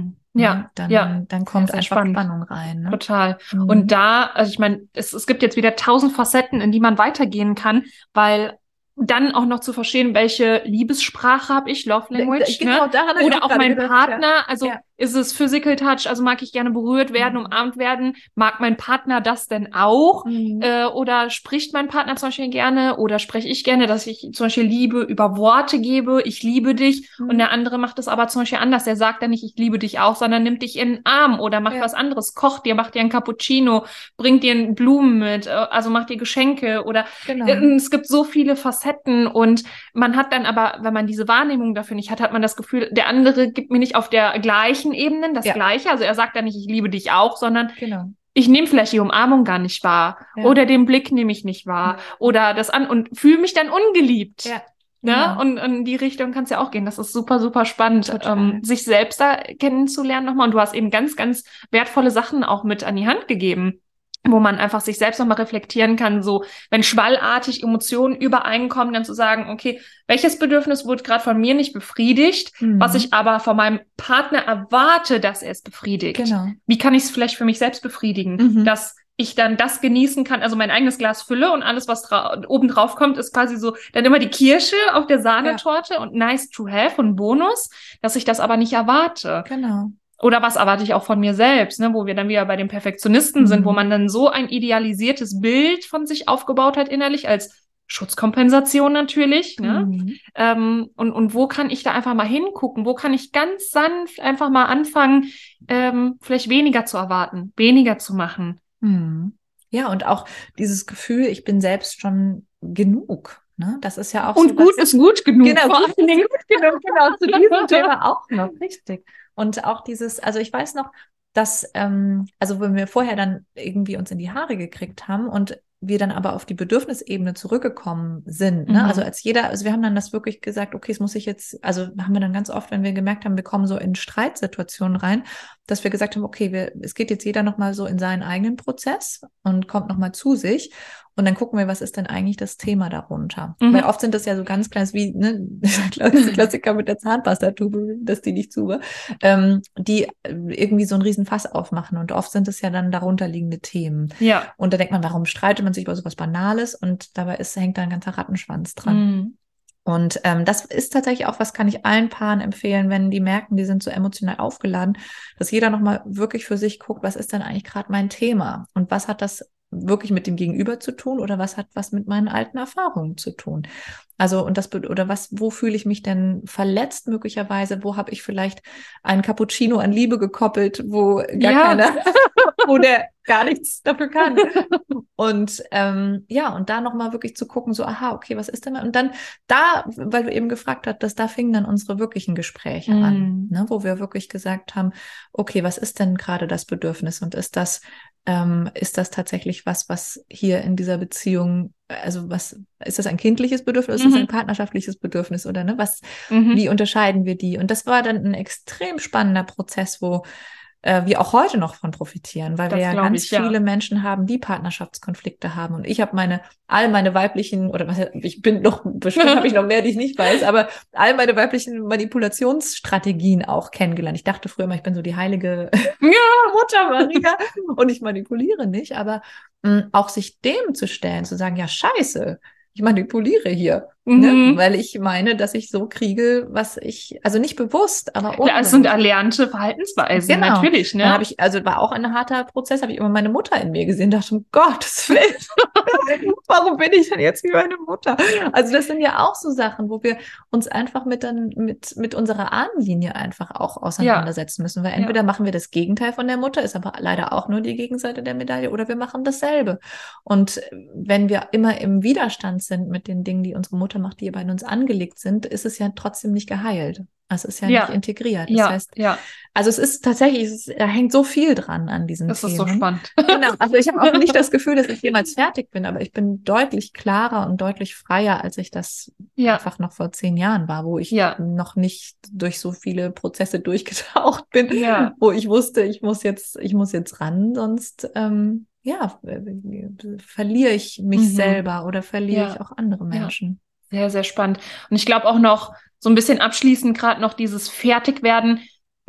Dann kommt einfach Spannung rein. Ne? Total. Und da, also ich meine, es gibt jetzt wieder 1000 Facetten, in die man weitergehen kann, weil dann auch noch zu verstehen, welche Liebessprache habe ich, Love Language, genau, ne? daran Oder auch mein Partner, also ja. Ist es Physical Touch, also mag ich gerne berührt werden, umarmt werden, mag mein Partner das denn auch? Oder spricht mein Partner zum Beispiel gerne oder spreche ich gerne, dass ich zum Beispiel Liebe über Worte gebe, ich liebe dich und der andere macht es aber zum Beispiel anders, der sagt dann nicht, ich liebe dich auch, sondern nimmt dich in den Arm oder macht was anderes, kocht dir, macht dir ein Cappuccino, bringt dir Blumen mit, also macht dir Geschenke oder es gibt so viele Facetten und man hat dann aber, wenn man diese Wahrnehmung dafür nicht hat, hat man das Gefühl, der andere gibt mir nicht auf der gleichen Ebenen das Gleiche. Also er sagt dann nicht, ich liebe dich auch, sondern ich nehme vielleicht die Umarmung gar nicht wahr oder den Blick nehme ich nicht wahr oder das an und fühle mich dann ungeliebt. Ja. Ne? Und in die Richtung kann es ja auch gehen. Das ist super, super spannend, sich selbst da kennenzulernen nochmal. Und du hast eben ganz, ganz wertvolle Sachen auch mit an die Hand gegeben, wo man einfach sich selbst nochmal reflektieren kann, so wenn schwallartig Emotionen übereinkommen, dann zu sagen, okay, welches Bedürfnis wurde gerade von mir nicht befriedigt, was ich aber von meinem Partner erwarte, dass er es befriedigt. Wie kann ich es vielleicht für mich selbst befriedigen, dass ich dann das genießen kann, also mein eigenes Glas fülle und alles, was oben drauf kommt, ist quasi so dann immer die Kirsche auf der Sahnetorte und nice to have und Bonus, dass ich das aber nicht erwarte. Genau. Oder was erwarte ich auch von mir selbst, ne, wo wir dann wieder bei den Perfektionisten sind, wo man dann so ein idealisiertes Bild von sich aufgebaut hat innerlich als Schutzkompensation natürlich, ne? Und wo kann ich da einfach mal hingucken? Wo kann ich ganz sanft einfach mal anfangen, vielleicht weniger zu erwarten, weniger zu machen? Ja, und auch dieses Gefühl, ich bin selbst schon genug. Ne? Das ist ja auch und so. Gut ist gut genug. Genau, gut genug, genau, zu diesem Thema auch noch, richtig. Und auch dieses, also ich weiß noch, dass, also wenn wir vorher dann irgendwie uns in die Haare gekriegt haben und wir dann aber auf die Bedürfnisebene zurückgekommen sind, ne? Also also wir haben dann das wirklich gesagt, okay, es muss ich jetzt, also haben wir dann ganz oft, wenn wir gemerkt haben, wir kommen so in Streitsituationen rein, dass wir gesagt haben, okay, es geht jetzt jeder nochmal so in seinen eigenen Prozess und kommt nochmal zu sich. Und dann gucken wir, was ist denn eigentlich das Thema darunter? Weil oft sind das ja so ganz kleines, wie ne, Klassiker mit der Zahnpastatube, dass die nicht zu war, die irgendwie so einen riesen Fass aufmachen. Und oft sind es ja dann darunterliegende Themen. Ja. Und da denkt man, warum streitet man sich über sowas Banales? Und dabei hängt da ein ganzer Rattenschwanz dran. Und das ist tatsächlich auch, was kann ich allen Paaren empfehlen, wenn die merken, die sind so emotional aufgeladen, dass jeder nochmal wirklich für sich guckt, was ist denn eigentlich gerade mein Thema? Und was hat das wirklich mit dem Gegenüber zu tun oder was hat was mit meinen alten Erfahrungen zu tun? Also, und das, oder wo fühle ich mich denn verletzt möglicherweise? Wo habe ich vielleicht einen Cappuccino an Liebe gekoppelt, wo gar keiner, wo der gar nichts dafür kann? Und und da nochmal wirklich zu gucken, so, aha, okay, was ist denn? Und dann da, weil du eben gefragt hast, da fingen dann unsere wirklichen Gespräche an, ne, wo wir wirklich gesagt haben, okay, was ist denn gerade das Bedürfnis? Und ist das tatsächlich was hier in dieser Beziehung, also was, ist das ein kindliches Bedürfnis, ist das ein partnerschaftliches Bedürfnis oder ne? Wie unterscheiden wir die? Und das war dann ein extrem spannender Prozess, wo wir auch heute noch von profitieren, weil wir ja ganz viele Menschen haben, die Partnerschaftskonflikte haben. Und ich habe all meine weiblichen, oder was ich bin noch, bestimmt habe ich noch mehr, die ich nicht weiß, aber all meine weiblichen Manipulationsstrategien auch kennengelernt. Ich dachte früher immer, ich bin so die heilige Mutter Maria und ich manipuliere nicht, aber auch sich dem zu stellen, zu sagen, ja, scheiße, ich manipuliere hier, ne? Weil ich meine, dass ich so kriege, was ich, also nicht bewusst, aber ja, es sind erlernte Verhaltensweisen, genau. Natürlich, ne? Dann also war auch ein harter Prozess, habe ich immer meine Mutter in mir gesehen, dachte, um Gottes Willen, warum bin ich denn jetzt wie meine Mutter? Also das sind ja auch so Sachen, wo wir uns einfach mit unserer Ahnenlinie einfach auch auseinandersetzen müssen, weil entweder machen wir das Gegenteil von der Mutter, ist aber leider auch nur die Gegenseite der Medaille, oder wir machen dasselbe. Und wenn wir immer im Widerstand sind mit den Dingen, die unsere Mutter macht, die bei uns angelegt sind, ist es ja trotzdem nicht geheilt. Also es ist ja nicht integriert. Das heißt, also es ist tatsächlich, da hängt so viel dran an diesen Themen. Das ist so spannend. Genau. Also ich habe auch nicht das Gefühl, dass ich jemals fertig bin, aber ich bin deutlich klarer und deutlich freier, als ich das einfach noch vor 10 Jahren war, wo ich noch nicht durch so viele Prozesse durchgetaucht bin, wo ich wusste, ich muss jetzt ran, sonst verliere ich mich selber oder verliere ich auch andere Menschen. Sehr, sehr spannend. Und ich glaube auch noch so ein bisschen abschließend gerade noch dieses Fertigwerden.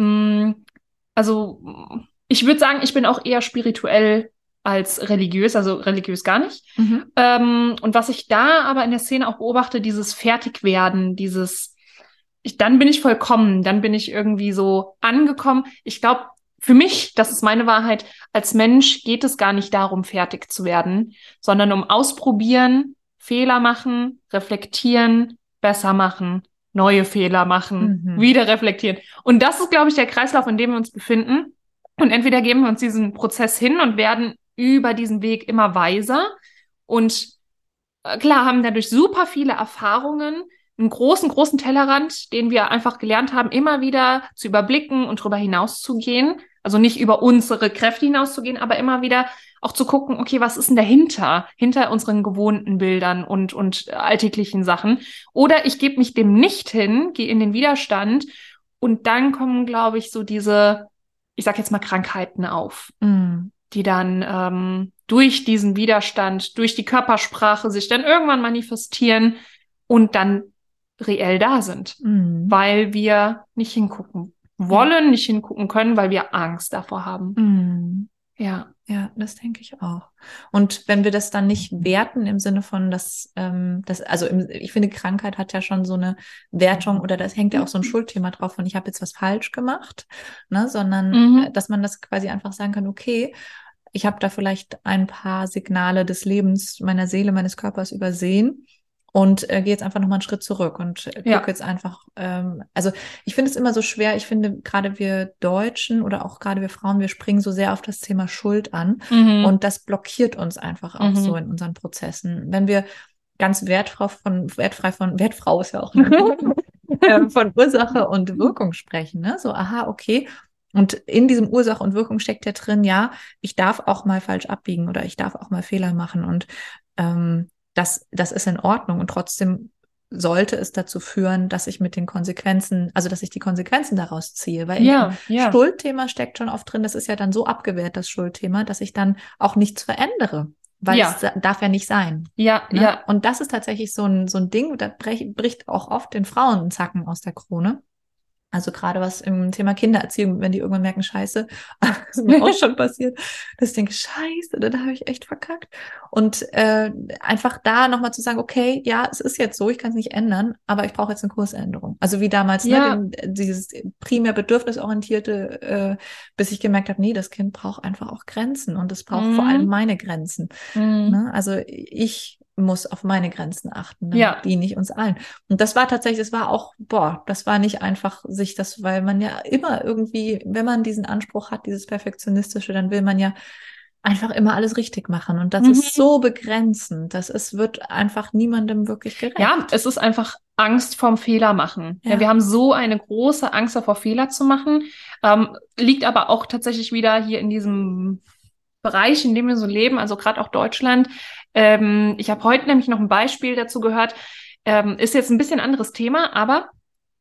Also ich würde sagen, ich bin auch eher spirituell als religiös, also religiös gar nicht. Und was ich da aber in der Szene auch beobachte, dieses Fertigwerden, dann bin ich vollkommen, dann bin ich irgendwie so angekommen. Ich glaube, für mich, das ist meine Wahrheit, als Mensch geht es gar nicht darum, fertig zu werden, sondern um ausprobieren, Fehler machen, reflektieren, besser machen, neue Fehler machen, wieder reflektieren. Und das ist, glaube ich, der Kreislauf, in dem wir uns befinden. Und entweder geben wir uns diesen Prozess hin und werden über diesen Weg immer weiser und klar, haben dadurch super viele Erfahrungen, einen großen, großen Tellerrand, den wir einfach gelernt haben, immer wieder zu überblicken und darüber hinauszugehen. Also nicht über unsere Kräfte hinauszugehen, aber immer wieder auch zu gucken, okay, was ist denn dahinter? Hinter unseren gewohnten Bildern und alltäglichen Sachen. Oder ich gebe mich dem nicht hin, gehe in den Widerstand und dann kommen, glaube ich, so diese, ich sag jetzt mal, Krankheiten auf, die dann durch diesen Widerstand, durch die Körpersprache sich dann irgendwann manifestieren und dann reell da sind, weil wir nicht hingucken wollen, nicht hingucken können, weil wir Angst davor haben. Ja. Ja, das denke ich auch. Und wenn wir das dann nicht werten im Sinne von, ich finde, Krankheit hat ja schon so eine Wertung oder das hängt ja auch so ein Schuldthema drauf von, ich habe jetzt was falsch gemacht, ne, sondern dass man das quasi einfach sagen kann, okay, ich habe da vielleicht ein paar Signale des Lebens, meiner Seele, meines Körpers übersehen und gehe jetzt einfach nochmal einen Schritt zurück und gucke jetzt einfach, also ich finde es immer so schwer, ich finde gerade wir Deutschen oder auch gerade wir Frauen, wir springen so sehr auf das Thema Schuld an und das blockiert uns einfach auch so in unseren Prozessen. Wenn wir ganz wertfrau ist ja auch von Ursache und Wirkung sprechen, ne? So, aha, okay. Und in diesem Ursache und Wirkung steckt ja drin, ja, ich darf auch mal falsch abbiegen oder ich darf auch mal Fehler machen und das ist in Ordnung und trotzdem sollte es dazu führen, dass ich mit den Konsequenzen, also dass ich die Konsequenzen daraus ziehe, weil in dem Schuldthema steckt schon oft drin, das ist ja dann so abgewehrt, das Schuldthema, dass ich dann auch nichts verändere, weil es darf ja nicht sein. Ja, ne? ja. Und das ist tatsächlich so ein Ding, da bricht auch oft den Frauen ein Zacken aus der Krone. Also gerade was im Thema Kindererziehung, wenn die irgendwann merken, Scheiße, das ist mir auch schon passiert, dass ich denke, Scheiße, da habe ich echt verkackt. Und einfach da nochmal zu sagen, okay, ja, es ist jetzt so, ich kann es nicht ändern, aber ich brauche jetzt eine Kursänderung. Also wie damals, dieses primär bedürfnisorientierte, bis ich gemerkt habe, nee, das Kind braucht einfach auch Grenzen und es braucht vor allem meine Grenzen. Ne? Also ich muss auf meine Grenzen achten, dann diene ich uns allen. Und das war tatsächlich, das war nicht einfach weil man ja immer irgendwie, wenn man diesen Anspruch hat, dieses Perfektionistische, dann will man ja einfach immer alles richtig machen. Und das ist so begrenzend, wird einfach niemandem wirklich gerecht. Ja, es ist einfach Angst vorm Fehler machen. Ja, wir haben so eine große Angst davor, Fehler zu machen. Liegt aber auch tatsächlich wieder hier in diesem Bereich, in dem wir so leben, also gerade auch Deutschland. Ich habe heute nämlich noch ein Beispiel dazu gehört. Ist jetzt ein bisschen anderes Thema, aber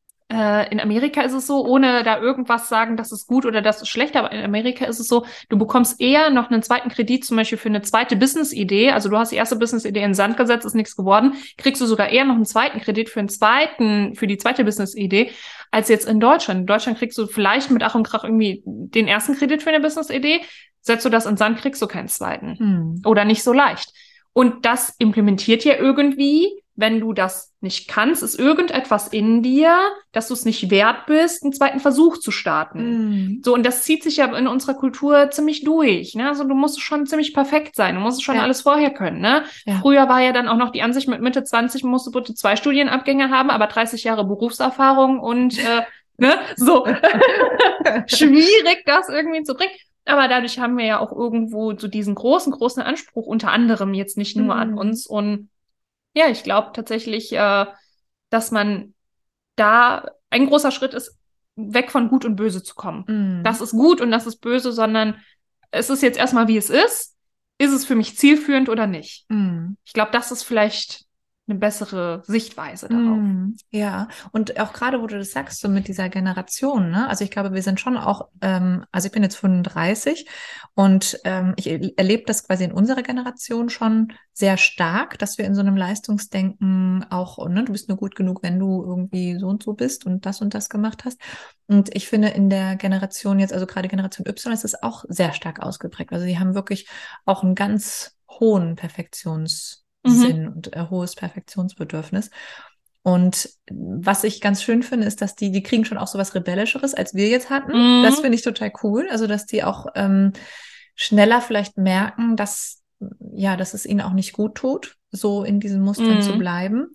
in Amerika ist es so, ohne da irgendwas sagen, das ist gut oder das ist schlecht, aber in Amerika ist es so, du bekommst eher noch einen zweiten Kredit, zum Beispiel für eine zweite Business-Idee. Also du hast die erste Business-Idee in den Sand gesetzt, ist nichts geworden, kriegst du sogar eher noch einen zweiten Kredit für die zweite Business-Idee, als jetzt in Deutschland. In Deutschland kriegst du vielleicht mit Ach und Krach irgendwie den ersten Kredit für eine Business-Idee, setzt du das in Sand, kriegst du keinen zweiten. Oder nicht so leicht. Und das implementiert ja irgendwie, wenn du das nicht kannst, ist irgendetwas in dir, dass du es nicht wert bist, einen zweiten Versuch zu starten. So, und das zieht sich ja in unserer Kultur ziemlich durch. Ne? Also du musst schon ziemlich perfekt sein, du musst schon alles vorher können. Ne? Ja. Früher war ja dann auch noch die Ansicht, mit Mitte 20 musst du bitte 2 Studienabgänge haben, aber 30 Jahre Berufserfahrung und so schwierig, das irgendwie zu bringen. Aber dadurch haben wir ja auch irgendwo so diesen großen, großen Anspruch, unter anderem jetzt nicht nur an uns. Und ja, ich glaube tatsächlich, dass man da ein großer Schritt ist, weg von Gut und Böse zu kommen. Das ist gut und das ist böse, sondern es ist jetzt erstmal, wie es ist. Ist es für mich zielführend oder nicht? Ich glaube, das ist vielleicht eine bessere Sichtweise darauf. Ja, und auch gerade, wo du das sagst, so mit dieser Generation, ne? Also ich glaube, wir sind schon auch, also ich bin jetzt 35 und ich erlebe das quasi in unserer Generation schon sehr stark, dass wir in so einem Leistungsdenken auch, ne, du bist nur gut genug, wenn du irgendwie so und so bist und das gemacht hast. Und ich finde in der Generation jetzt, also gerade Generation Y, ist es auch sehr stark ausgeprägt. Also die haben wirklich auch einen ganz hohen Perfektionssinn und hohes Perfektionsbedürfnis. Und was ich ganz schön finde, ist, dass die kriegen schon auch so was Rebellischeres, als wir jetzt hatten. Das finde ich total cool. Also, dass die auch schneller vielleicht merken, dass es ihnen auch nicht gut tut, so in diesen Mustern zu bleiben.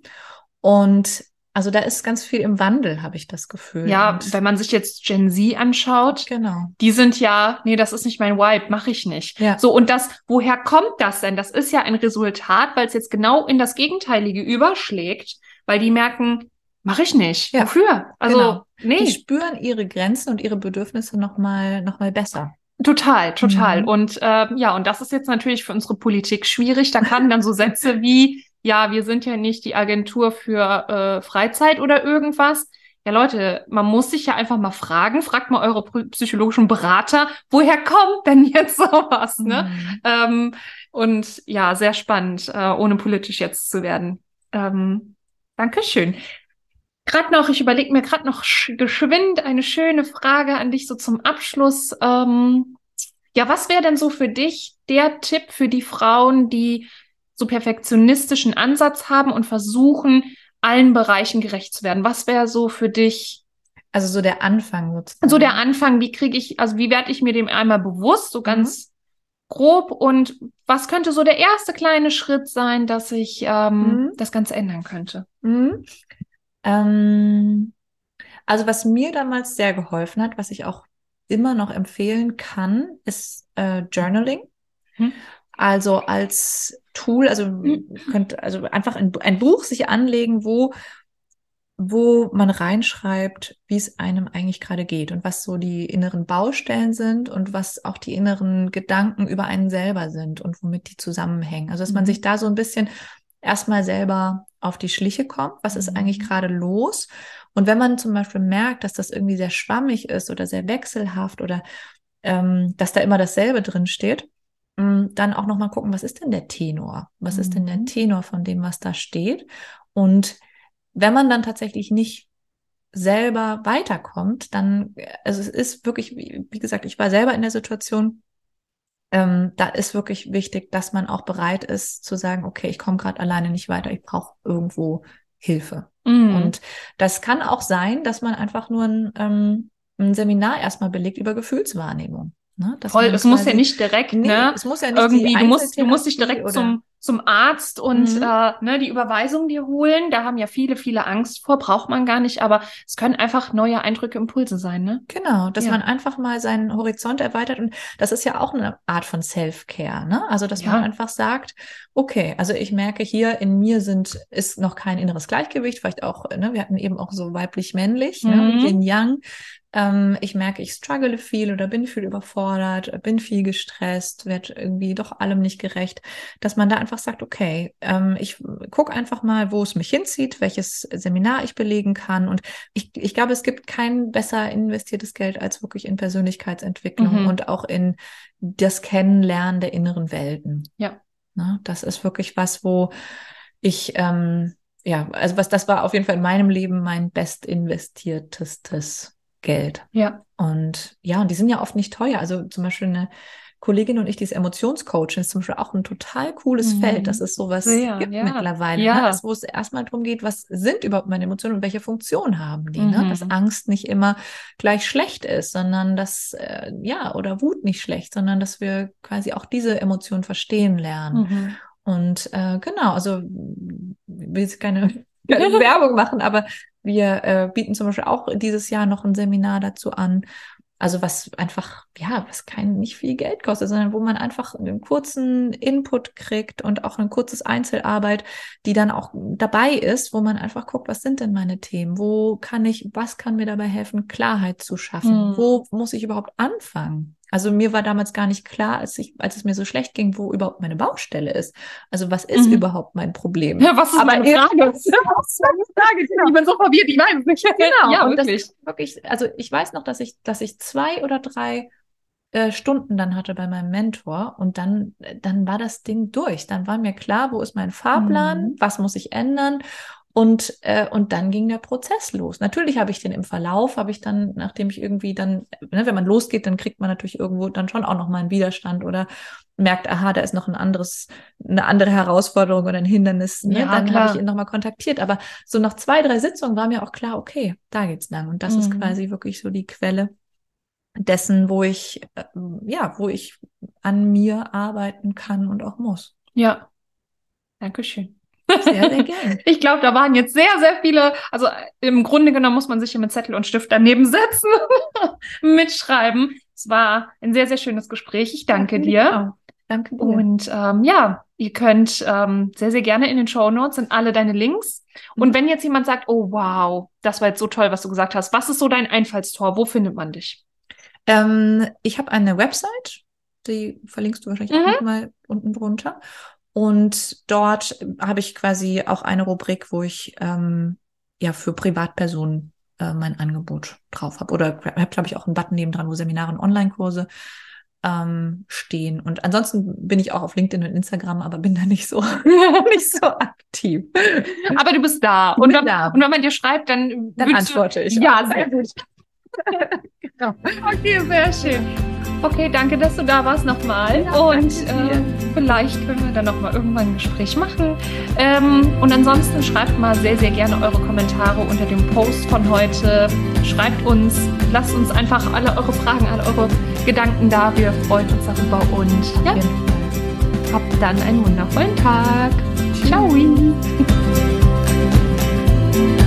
Und also da ist ganz viel im Wandel, habe ich das Gefühl. Ja, und wenn man sich jetzt Gen Z anschaut, genau. Die sind ja, nee, das ist nicht mein Vibe, mache ich nicht. Ja. So, und woher kommt das denn? Das ist ja ein Resultat, weil es jetzt genau in das Gegenteilige überschlägt, weil die merken, mache ich nicht. Ja. Wofür? Also, nee. Die spüren ihre Grenzen und ihre Bedürfnisse noch mal besser. Total. Und und das ist jetzt natürlich für unsere Politik schwierig. Da kamen dann so Sätze wie, ja, wir sind ja nicht die Agentur für Freizeit oder irgendwas. Ja, Leute, man muss sich ja einfach mal fragen, fragt mal eure psychologischen Berater, woher kommt denn jetzt sowas, ne? Und ja, sehr spannend, ohne politisch jetzt zu werden. Dankeschön. Ich überlege mir gerade noch geschwind eine schöne Frage an dich so zum Abschluss. Ja, was wäre denn so für dich der Tipp für die Frauen, die so perfektionistischen Ansatz haben und versuchen, allen Bereichen gerecht zu werden? Was wäre so für dich Also so der Anfang sozusagen. so der Anfang? Wie werde ich mir dem einmal bewusst, so ganz grob? Und was könnte so der erste kleine Schritt sein, dass ich das Ganze ändern könnte? Also was mir damals sehr geholfen hat, was ich auch immer noch empfehlen kann, ist Journaling. Also als Tool, also könnt also einfach ein Buch sich anlegen, wo man reinschreibt, wie es einem eigentlich gerade geht und was so die inneren Baustellen sind und was auch die inneren Gedanken über einen selber sind und womit die zusammenhängen. Also dass man sich da so ein bisschen erstmal selber auf die Schliche kommt, was ist eigentlich gerade los? Und wenn man zum Beispiel merkt, dass das irgendwie sehr schwammig ist oder sehr wechselhaft oder dass da immer dasselbe drin steht, dann auch nochmal gucken, was ist denn der Tenor? Was ist denn der Tenor von dem, was da steht? Und wenn man dann tatsächlich nicht selber weiterkommt, dann, also es ist wirklich, wie gesagt, ich war selber in der Situation, da ist wirklich wichtig, dass man auch bereit ist zu sagen, okay, ich komme gerade alleine nicht weiter, ich brauche irgendwo Hilfe. Und das kann auch sein, dass man einfach nur ein Seminar erstmal belegt über Gefühlswahrnehmung. Ne? Voll, es muss ja nicht direkt, ne? Es muss ja nicht irgendwie, du musst dich direkt zum Arzt und die Überweisung dir holen. Da haben ja viele Angst vor, braucht man gar nicht, aber es können einfach neue Eindrücke, Impulse sein, ne? Genau, dass man einfach mal seinen Horizont erweitert und das ist ja auch eine Art von Self-Care, ne? Also, dass man einfach sagt, okay, also ich merke hier in mir ist noch kein inneres Gleichgewicht, vielleicht auch, ne, wir hatten eben auch so weiblich-männlich, ne, Yin-Yang. Ich merke, ich struggle viel oder bin viel überfordert, bin viel gestresst, werde irgendwie doch allem nicht gerecht, dass man da einfach sagt, okay, ich gucke einfach mal, wo es mich hinzieht, welches Seminar ich belegen kann und ich glaube, es gibt kein besser investiertes Geld als wirklich in Persönlichkeitsentwicklung und auch in das Kennenlernen der inneren Welten. Ja. Na, das ist wirklich was, wo ich, also das war auf jeden Fall in meinem Leben mein bestinvestiertestes Geld. Ja. Und die sind ja oft nicht teuer. Also zum Beispiel eine Kollegin und ich, die ist Emotionscoaching, ist zum Beispiel auch ein total cooles Feld, dass es sowas gibt mittlerweile. Ne? Wo es erstmal darum geht, was sind überhaupt meine Emotionen und welche Funktion haben die? Ne? Dass Angst nicht immer gleich schlecht ist, sondern dass, oder Wut nicht schlecht, sondern dass wir quasi auch diese Emotionen verstehen lernen. Und genau, also will jetzt keine Werbung machen, aber wir bieten zum Beispiel auch dieses Jahr noch ein Seminar dazu an. Also was einfach, was nicht viel Geld kostet, sondern wo man einfach einen kurzen Input kriegt und auch ein kurzes Einzelarbeit, die dann auch dabei ist, wo man einfach guckt, was sind denn meine Themen? Was kann mir dabei helfen, Klarheit zu schaffen? Wo muss ich überhaupt anfangen? Also mir war damals gar nicht klar, als es mir so schlecht ging, wo überhaupt meine Baustelle ist. Also was ist überhaupt mein Problem? Ja, was ist meine Frage? Was ist meine Frage? Genau. Ich bin so verwirrt, ich weiß es nicht. Genau, ja, und wirklich. Das ist wirklich, also ich weiß noch, dass ich 2 oder 3 Stunden dann hatte bei meinem Mentor und dann war das Ding durch. Dann war mir klar, wo ist mein Fahrplan, was muss ich ändern und dann ging der Prozess los. Natürlich habe ich den im Verlauf, nachdem ich irgendwie dann, ne, wenn man losgeht, dann kriegt man natürlich irgendwo dann schon auch noch mal einen Widerstand oder merkt, aha, da ist noch eine andere Herausforderung oder ein Hindernis. Ne? Ja, dann klar. habe ich ihn nochmal kontaktiert. Aber so nach 2, 3 Sitzungen war mir auch klar, okay, da geht's lang. Und das ist quasi wirklich so die Quelle dessen, wo ich an mir arbeiten kann und auch muss. Ja, Dankeschön. Sehr, sehr gerne. Ich glaube, da waren jetzt sehr, sehr viele, also im Grunde genommen muss man sich hier mit Zettel und Stift daneben setzen, mitschreiben. Es war ein sehr, sehr schönes Gespräch. Ich danke dir. Danke dir. Und ihr könnt sehr, sehr gerne in den Shownotes sind alle deine Links. Und wenn jetzt jemand sagt, oh wow, das war jetzt so toll, was du gesagt hast, was ist so dein Einfallstor? Wo findet man dich? Ich habe eine Website, die verlinkst du wahrscheinlich auch nochmal unten drunter. Und dort habe ich quasi auch eine Rubrik, wo ich für Privatpersonen mein Angebot drauf habe. Oder habe, glaube ich, auch einen Button nebendran, wo Seminare und Online-Kurse stehen. Und ansonsten bin ich auch auf LinkedIn und Instagram, aber bin da nicht so aktiv. Aber du bist da. Und wenn man dir schreibt, dann antworte ich. Ja, sehr gut. Genau. Okay, sehr schön. Okay, danke, dass du da warst nochmal. Ja, und vielleicht können wir dann nochmal irgendwann ein Gespräch machen. Und ansonsten schreibt mal sehr, sehr gerne eure Kommentare unter dem Post von heute. Schreibt uns, lasst uns einfach alle eure Fragen, alle eure Gedanken da. Wir freuen uns darüber und ja, habt dann einen wundervollen Tag. Ciao.